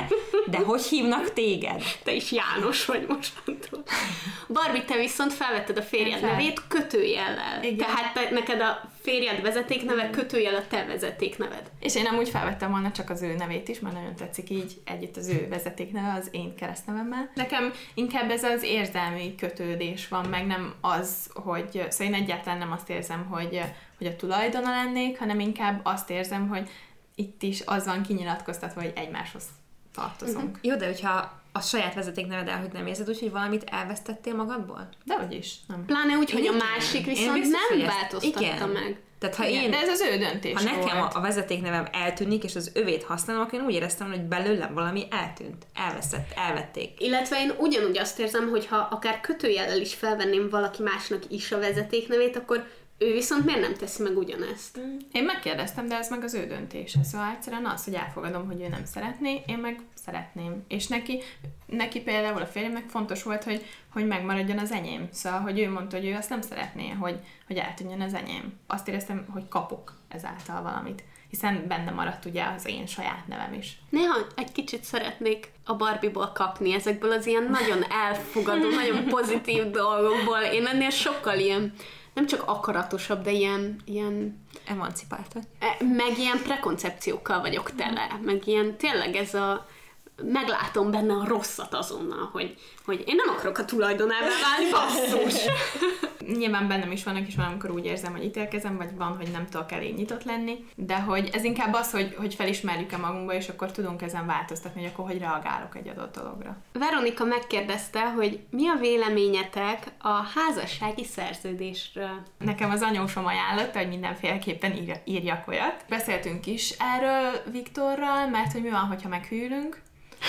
De hogy hívnak téged? Te is János vagy mostantól. Barbie, te viszont felvetted a férjed Fel. nevét kötőjellel. Igen. Tehát te, neked a férjed vezetékneve, kötőjel a te vezetékneved. És én amúgy felvettem volna csak az ő nevét is, mert nagyon tetszik így együtt az ő vezetékneve, az én keresztnevemmel. Nekem inkább ez az érzelmi kötődés van, meg nem az, hogy... Szóval én egyáltalán nem azt érzem, hogy, hogy a tulajdona lennék, hanem inkább azt érzem, hogy itt is az van kinyilatkoztatva, hogy egymáshoz tartozunk. Uh-huh. Jó, de hogyha a saját vezetékneveddel, hogy nem érzed úgy, hogy valamit elvesztettél magadból? Dehogy is, nem. Pláne úgy, hogy Igen. a másik viszont Én biztos, nem hogy ezt- változtatta igen. meg. Tehát ha Igen, én, de ez az ő döntés ha nekem volt. a, a vezetéknevem eltűnik, és az övét használom, akkor én úgy éreztem, hogy belőlem valami eltűnt, elveszett, elvették. Illetve én ugyanúgy azt érzem, hogy ha akár kötőjellel is felvenném valaki másnak is a vezetéknevét, akkor ő viszont miért nem teszi meg ugyanezt? Én megkérdeztem, de ez meg az ő döntése. Szóval egyszerűen az, hogy elfogadom, hogy ő nem szeretné, én meg szeretném. És neki, neki például a férjemnek fontos volt, hogy, hogy megmaradjon az enyém. Szóval, hogy ő mondta, hogy ő azt nem szeretné, hogy, hogy eltűnjön az enyém. Azt éreztem, hogy kapok ezáltal valamit. Hiszen benne maradt ugye az én saját nevem is. Néha egy kicsit szeretnék a Barbie-ból kapni, ezekből az ilyen nagyon elfogadó, nagyon pozitív dolgokból. Én ennél sokkal ilyen, nem csak akaratosabb, de ilyen, ilyen Emancipált vagy. e, meg ilyen prekoncepciókkal vagyok tele, meg ilyen tényleg ez a meglátom benne a rosszat azonnal, hogy, hogy én nem akarok a tulajdonává válni, basszus! Nyilván bennem is vannak, és van, amikor úgy érzem, hogy ítélkezem, vagy van, hogy nem tudok elég nyitott lenni, de hogy ez inkább az, hogy, hogy felismerjük-e magunkba, és akkor tudunk ezen változtatni, hogy akkor hogy reagálok egy adott dologra. Veronika megkérdezte, hogy mi a véleményetek a házassági szerződésről? Nekem az anyósom ajánlotta, hogy mindenféleképpen írja, írjak olyat. Beszéltünk is erről Viktorral, mert hogy mi van, hogyha meghűlünk.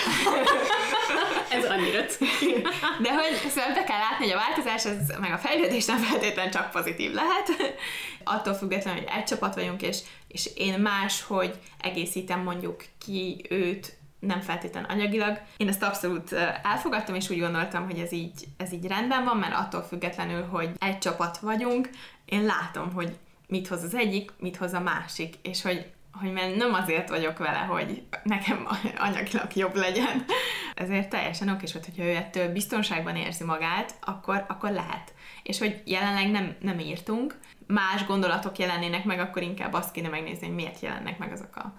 Ez annyira cuki. De hogy szóval be kell látni, hogy a változás, ez, meg a fejlődés nem feltétlenül csak pozitív lehet. Attól függetlenül, hogy egy csapat vagyunk, és, és én máshogy egészítem mondjuk ki őt, nem feltétlenül anyagilag. Én ezt abszolút elfogadtam, és úgy gondoltam, hogy ez így, ez így rendben van, mert attól függetlenül, hogy egy csapat vagyunk, én látom, hogy mit hoz az egyik, mit hoz a másik, és hogy hogy mert nem azért vagyok vele, hogy nekem anyagilag jobb legyen. Ezért teljesen okés volt, hogyha ő ettől biztonságban érzi magát, akkor, akkor lehet. És hogy jelenleg nem, nem írtunk, más gondolatok jelennének meg, akkor inkább azt kéne megnézni, hogy miért jelennek meg azok a,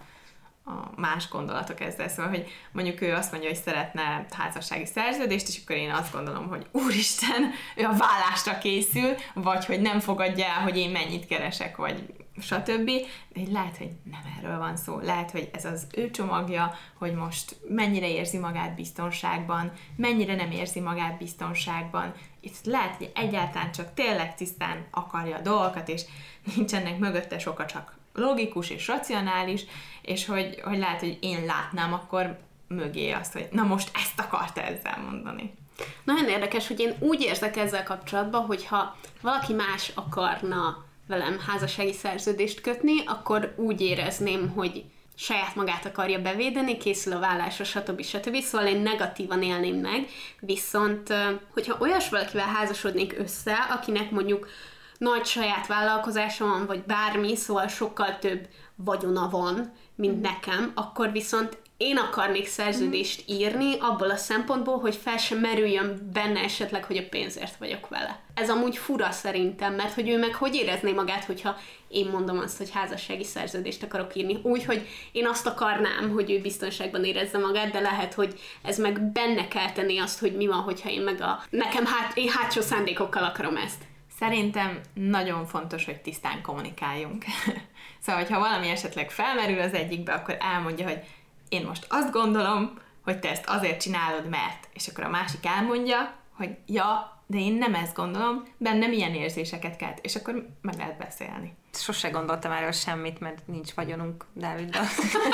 a más gondolatok ezzel. Szóval, hogy mondjuk ő azt mondja, hogy szeretne házassági szerződést, és akkor én azt gondolom, hogy úristen, ő a vállásra készül, vagy hogy nem fogadja el, hogy én mennyit keresek, vagy stb. De lehet, hogy nem erről van szó. Lehet, hogy ez az ő csomagja, hogy most mennyire érzi magát biztonságban, mennyire nem érzi magát biztonságban. Itt lehet, hogy egyáltalán csak tényleg tisztán akarja a dolgokat, és nincsenek mögötte soka, csak logikus és racionális, és hogy, hogy lehet, hogy én látnám akkor mögé azt, hogy na most ezt akarta ezzel mondani. Nagyon érdekes, hogy én úgy érzek ezzel kapcsolatban, hogyha valaki más akarna velem házassági szerződést kötni, akkor úgy érezném, hogy saját magát akarja bevédeni, készül a vállásra, stb. stb. Szóval én negatívan élném meg, viszont hogyha olyas valakivel házasodnék össze, akinek mondjuk nagy saját vállalkozása van, vagy bármi, szóval sokkal több vagyona van, mint nekem, akkor viszont én akarnék szerződést írni abból a szempontból, hogy fel sem merüljön benne esetleg, hogy a pénzért vagyok vele. Ez amúgy fura szerintem, mert hogy ő meg hogy érezné magát, hogyha én mondom azt, hogy házassági szerződést akarok írni. Úgy, hogy én azt akarnám, hogy ő biztonságban érezze magát, de lehet, hogy ez meg benne kell tenni azt, hogy mi van, hogyha én meg a nekem hát, én hátsó szándékokkal akarom ezt. Szerintem nagyon fontos, hogy tisztán kommunikáljunk. Szóval, hogyha valami esetleg felmerül az egyikbe, akkor elmondja, hogy én most azt gondolom, hogy te ezt azért csinálod, mert. És akkor a másik elmondja, hogy ja, de én nem ezt gondolom, bennem ilyen érzéseket kelt. És akkor meg lehet beszélni. Sose gondoltam erről semmit, mert nincs vagyonunk Dáviddal.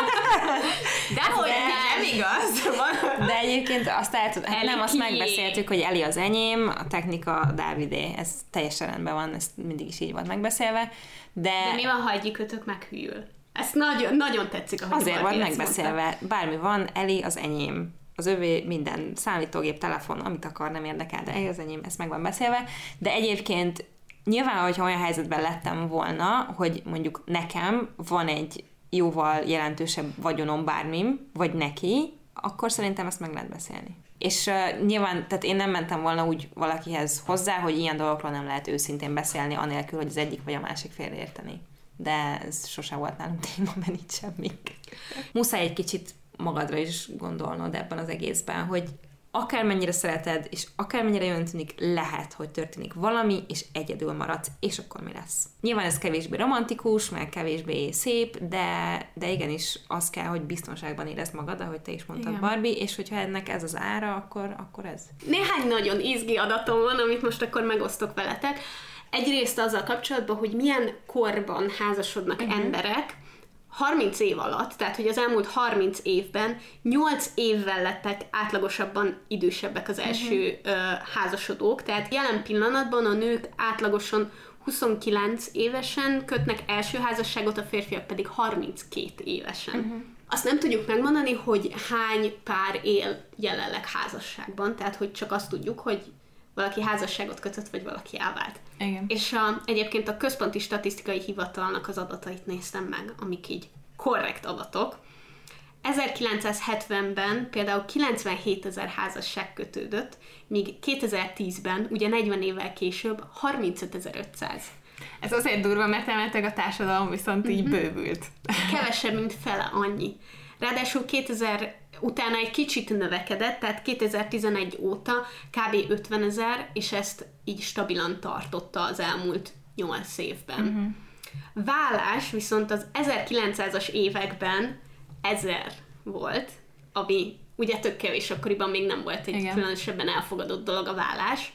Dehogy nem igaz. De egyébként azt el tud, hát Eli nem, azt kié. megbeszéltük, hogy Eli az enyém, a technika a Dávidé. Ez teljesen rendben van, ez mindig is így volt megbeszélve. De, De mi van, ha egyikötök meghűl? Ezt nagyon, nagyon tetszik, ahogy azért volt valaki ezt megbeszélve. mondta. Bármi van, Eli az enyém. Az övé minden számítógép, telefon, amit akar, nem érdekel, de Eli az enyém, ez meg van beszélve. De egyébként nyilván, hogyha olyan helyzetben lettem volna, hogy mondjuk nekem van egy jóval jelentősebb vagyonom bármim, vagy neki, akkor szerintem ezt meg lehet beszélni. És uh, nyilván, tehát én nem mentem volna úgy valakihez hozzá, hogy ilyen dolgokról nem lehet őszintén beszélni, anélkül, hogy az egyik vagy a másik fél érteni. De ez sosem volt nálunk téma, mert itt semmik. Muszáj egy kicsit magadra is gondolnod ebben az egészben, hogy akármennyire szereted, és akármennyire jön tűnik, lehet, hogy történik valami, és egyedül maradsz, és akkor mi lesz? Nyilván ez kevésbé romantikus, meg kevésbé szép, de, de igenis az kell, hogy biztonságban érezd magad, ahogy te is mondtad, igen. Barbie, és hogyha ennek ez az ára, akkor, akkor ez. Néhány nagyon izgi adatom van, amit most akkor megosztok veletek. Egyrészt azzal kapcsolatban, hogy milyen korban házasodnak uh-huh. emberek, harminc év alatt, tehát hogy az elmúlt harminc évben nyolc évvel lettek átlagosabban idősebbek az első uh-huh. uh, házasodók, tehát jelen pillanatban a nők átlagosan huszonkilenc évesen kötnek első házasságot, a férfiak pedig harminckét évesen. Uh-huh. Azt nem tudjuk megmondani, hogy hány pár él jelenleg házasságban, tehát hogy csak azt tudjuk, hogy valaki házasságot kötött, vagy valaki elvált. Igen. És a, egyébként a Központi Statisztikai Hivatalnak az adatait néztem meg, amik így korrekt adatok. ezerkilencszázhetvenben például kilencvenhétezer házasság kötődött, míg kétezer-tízben, ugye negyven évvel később, harmincötezer-ötszáz. Ez azért durva, mert emeltek a társadalom viszont így uh-huh. bővült. Kevesebb, mint fele annyi. Ráadásul kétezer utána egy kicsit növekedett, tehát kétezer-tizenegy óta kb. ötvenezer, és ezt így stabilan tartotta az elmúlt nyolc évben. Uh-huh. Válás viszont az ezerkilencszázas években ezer volt, ami ugye tök kevés, akkoriban még nem volt egy igen. különösebben elfogadott dolog a válás.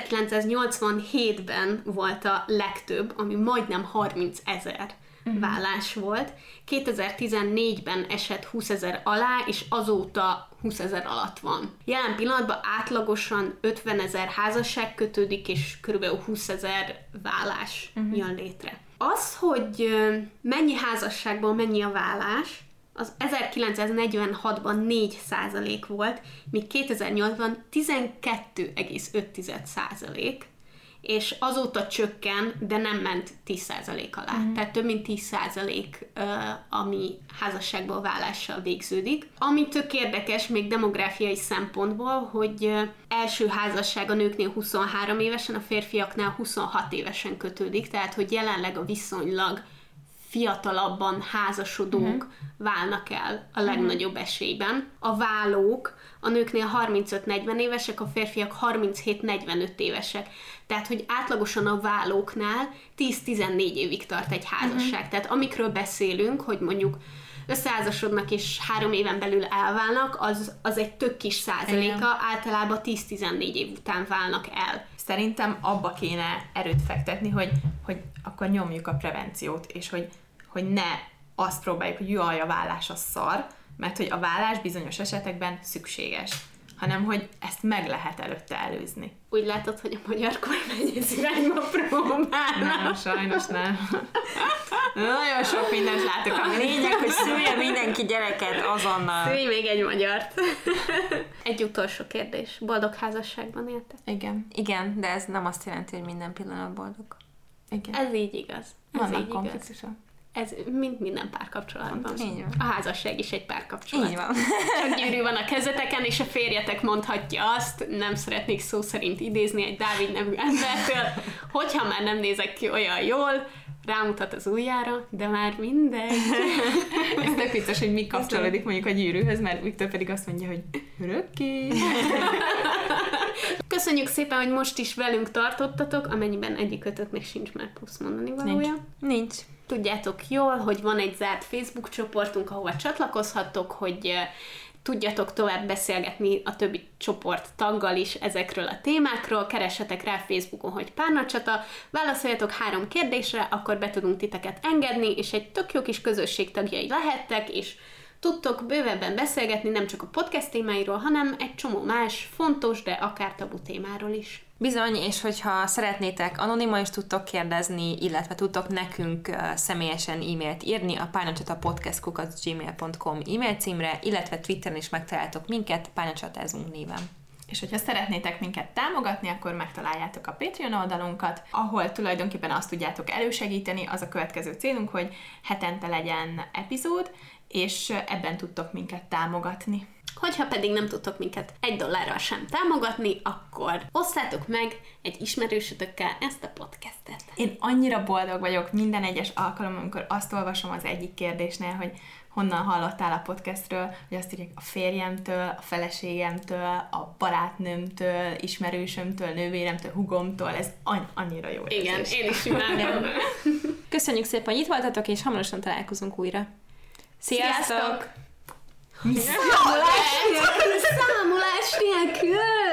ezerkilencszáznyolcvanhétben volt a legtöbb, ami majdnem harmincezer uh-huh. válás volt. kétezer-tizennégyben esett húszezer alá, és azóta húszezer alatt van. Jelen pillanatban átlagosan ötvenezer házasság kötődik, és körülbelül húszezer válás uh-huh. jön létre. Az, hogy mennyi házasságban mennyi a válás, az ezerkilencszáznegyvenhatban négy százalék volt, míg kétezer-nyolcban tizenkettő egész öt százalék, és azóta csökken, de nem ment tíz százalék alá. Mm. Tehát több mint tíz százalék, ami házasságból válással végződik. Ami tök érdekes, még demográfiai szempontból, hogy első házasság a nőknél huszonhárom évesen, a férfiaknál huszonhat évesen kötődik, tehát hogy jelenleg a viszonylag fiatalabban házasodók uh-huh. válnak el a legnagyobb uh-huh. esélyben. A válók a nőknél harmincöt-negyven évesek, a férfiak harminchét-negyvenöt évesek. Tehát, hogy átlagosan a válóknál tíz-tizennégy évig tart egy házasság. Uh-huh. Tehát amikről beszélünk, hogy mondjuk összeházasodnak és három éven belül elválnak, az, az egy tök kis százaléka, igen. általában tíz-tizennégy év után válnak el. Szerintem abba kéne erőt fektetni, hogy, hogy akkor nyomjuk a prevenciót, és hogy, hogy ne azt próbáljuk, hogy jaj, a vállás a szar, mert hogy a vállás bizonyos esetekben szükséges, hanem hogy ezt meg lehet előtte előzni. Úgy látod, hogy a magyar kormány ez irányba próbálna. Nem, sajnos nem. Nagyon sok mindent látok, ami lényeg, hogy szülje mindenki gyereket azonnal. Szülj még egy magyart. Egy utolsó kérdés. Boldog házasságban éltek? Igen. Igen, de ez nem azt jelenti, hogy minden pillanat boldog. Igen. Ez így igaz. Ez Vannak így konfliktusok. Ez mind minden párkapcsolatban. A házasság is egy párkapcsolat. Így van. Csak gyűrű van a kezeteken, és a férjetek mondhatja azt, nem szeretnék szó szerint idézni egy Dávid nevű embertől, hogyha már nem nézek ki olyan jól, rámutat az ujjára, de már mindegy. Ez tök vicces, hogy mi kapcsolódik mondjuk a gyűrűhöz, mert Viktor pedig azt mondja, hogy örökké. Köszönjük szépen, hogy most is velünk tartottatok, amennyiben egyikötöknek sincs már plusz mondani valója. Nincs. Nincs. Tudjátok jól, hogy van egy zárt Facebook csoportunk, ahova csatlakozhattok, hogy tudjatok tovább beszélgetni a többi csoport taggal is ezekről a témákról. Keressetek rá Facebookon, hogy Párnacsata, válaszoljatok három kérdésre, akkor be tudunk titeket engedni, és egy tök jó kis közösség tagjai lehettek, és tudtok bővebben beszélgetni nem csak a podcast témáiról, hanem egy csomó más fontos, de akár tabu témáról is. Bizony, és hogyha szeretnétek anonima is tudtok kérdezni, illetve tudtok nekünk uh, személyesen e-mailt írni a párnacsatapodcast kukac gmail pont com e-mail címre, illetve Twitteren is megtaláltok minket, Párnacsatázunk néven. És hogyha szeretnétek minket támogatni, akkor megtaláljátok a Patreon oldalunkat, ahol tulajdonképpen azt tudjátok elősegíteni, az a következő célunk, hogy hetente legyen epizód, és ebben tudtok minket támogatni. Hogyha pedig nem tudtok minket egy dollárral sem támogatni, akkor osszátok meg egy ismerősötökkel ezt a podcastet. Én annyira boldog vagyok minden egyes alkalommal, amikor azt olvasom az egyik kérdésnél, hogy honnan hallottál a podcastről, hogy azt írják a férjemtől, a feleségemtől, a barátnőmtől, ismerősömtől, nővéremtől, hugomtól, ez annyira jó érzés. Igen, én is imádom. Köszönjük szépen, hogy itt voltatok, és hamarosan találkozunk újra. Sziasztok! Számolás nélkül! Számolás nélkül!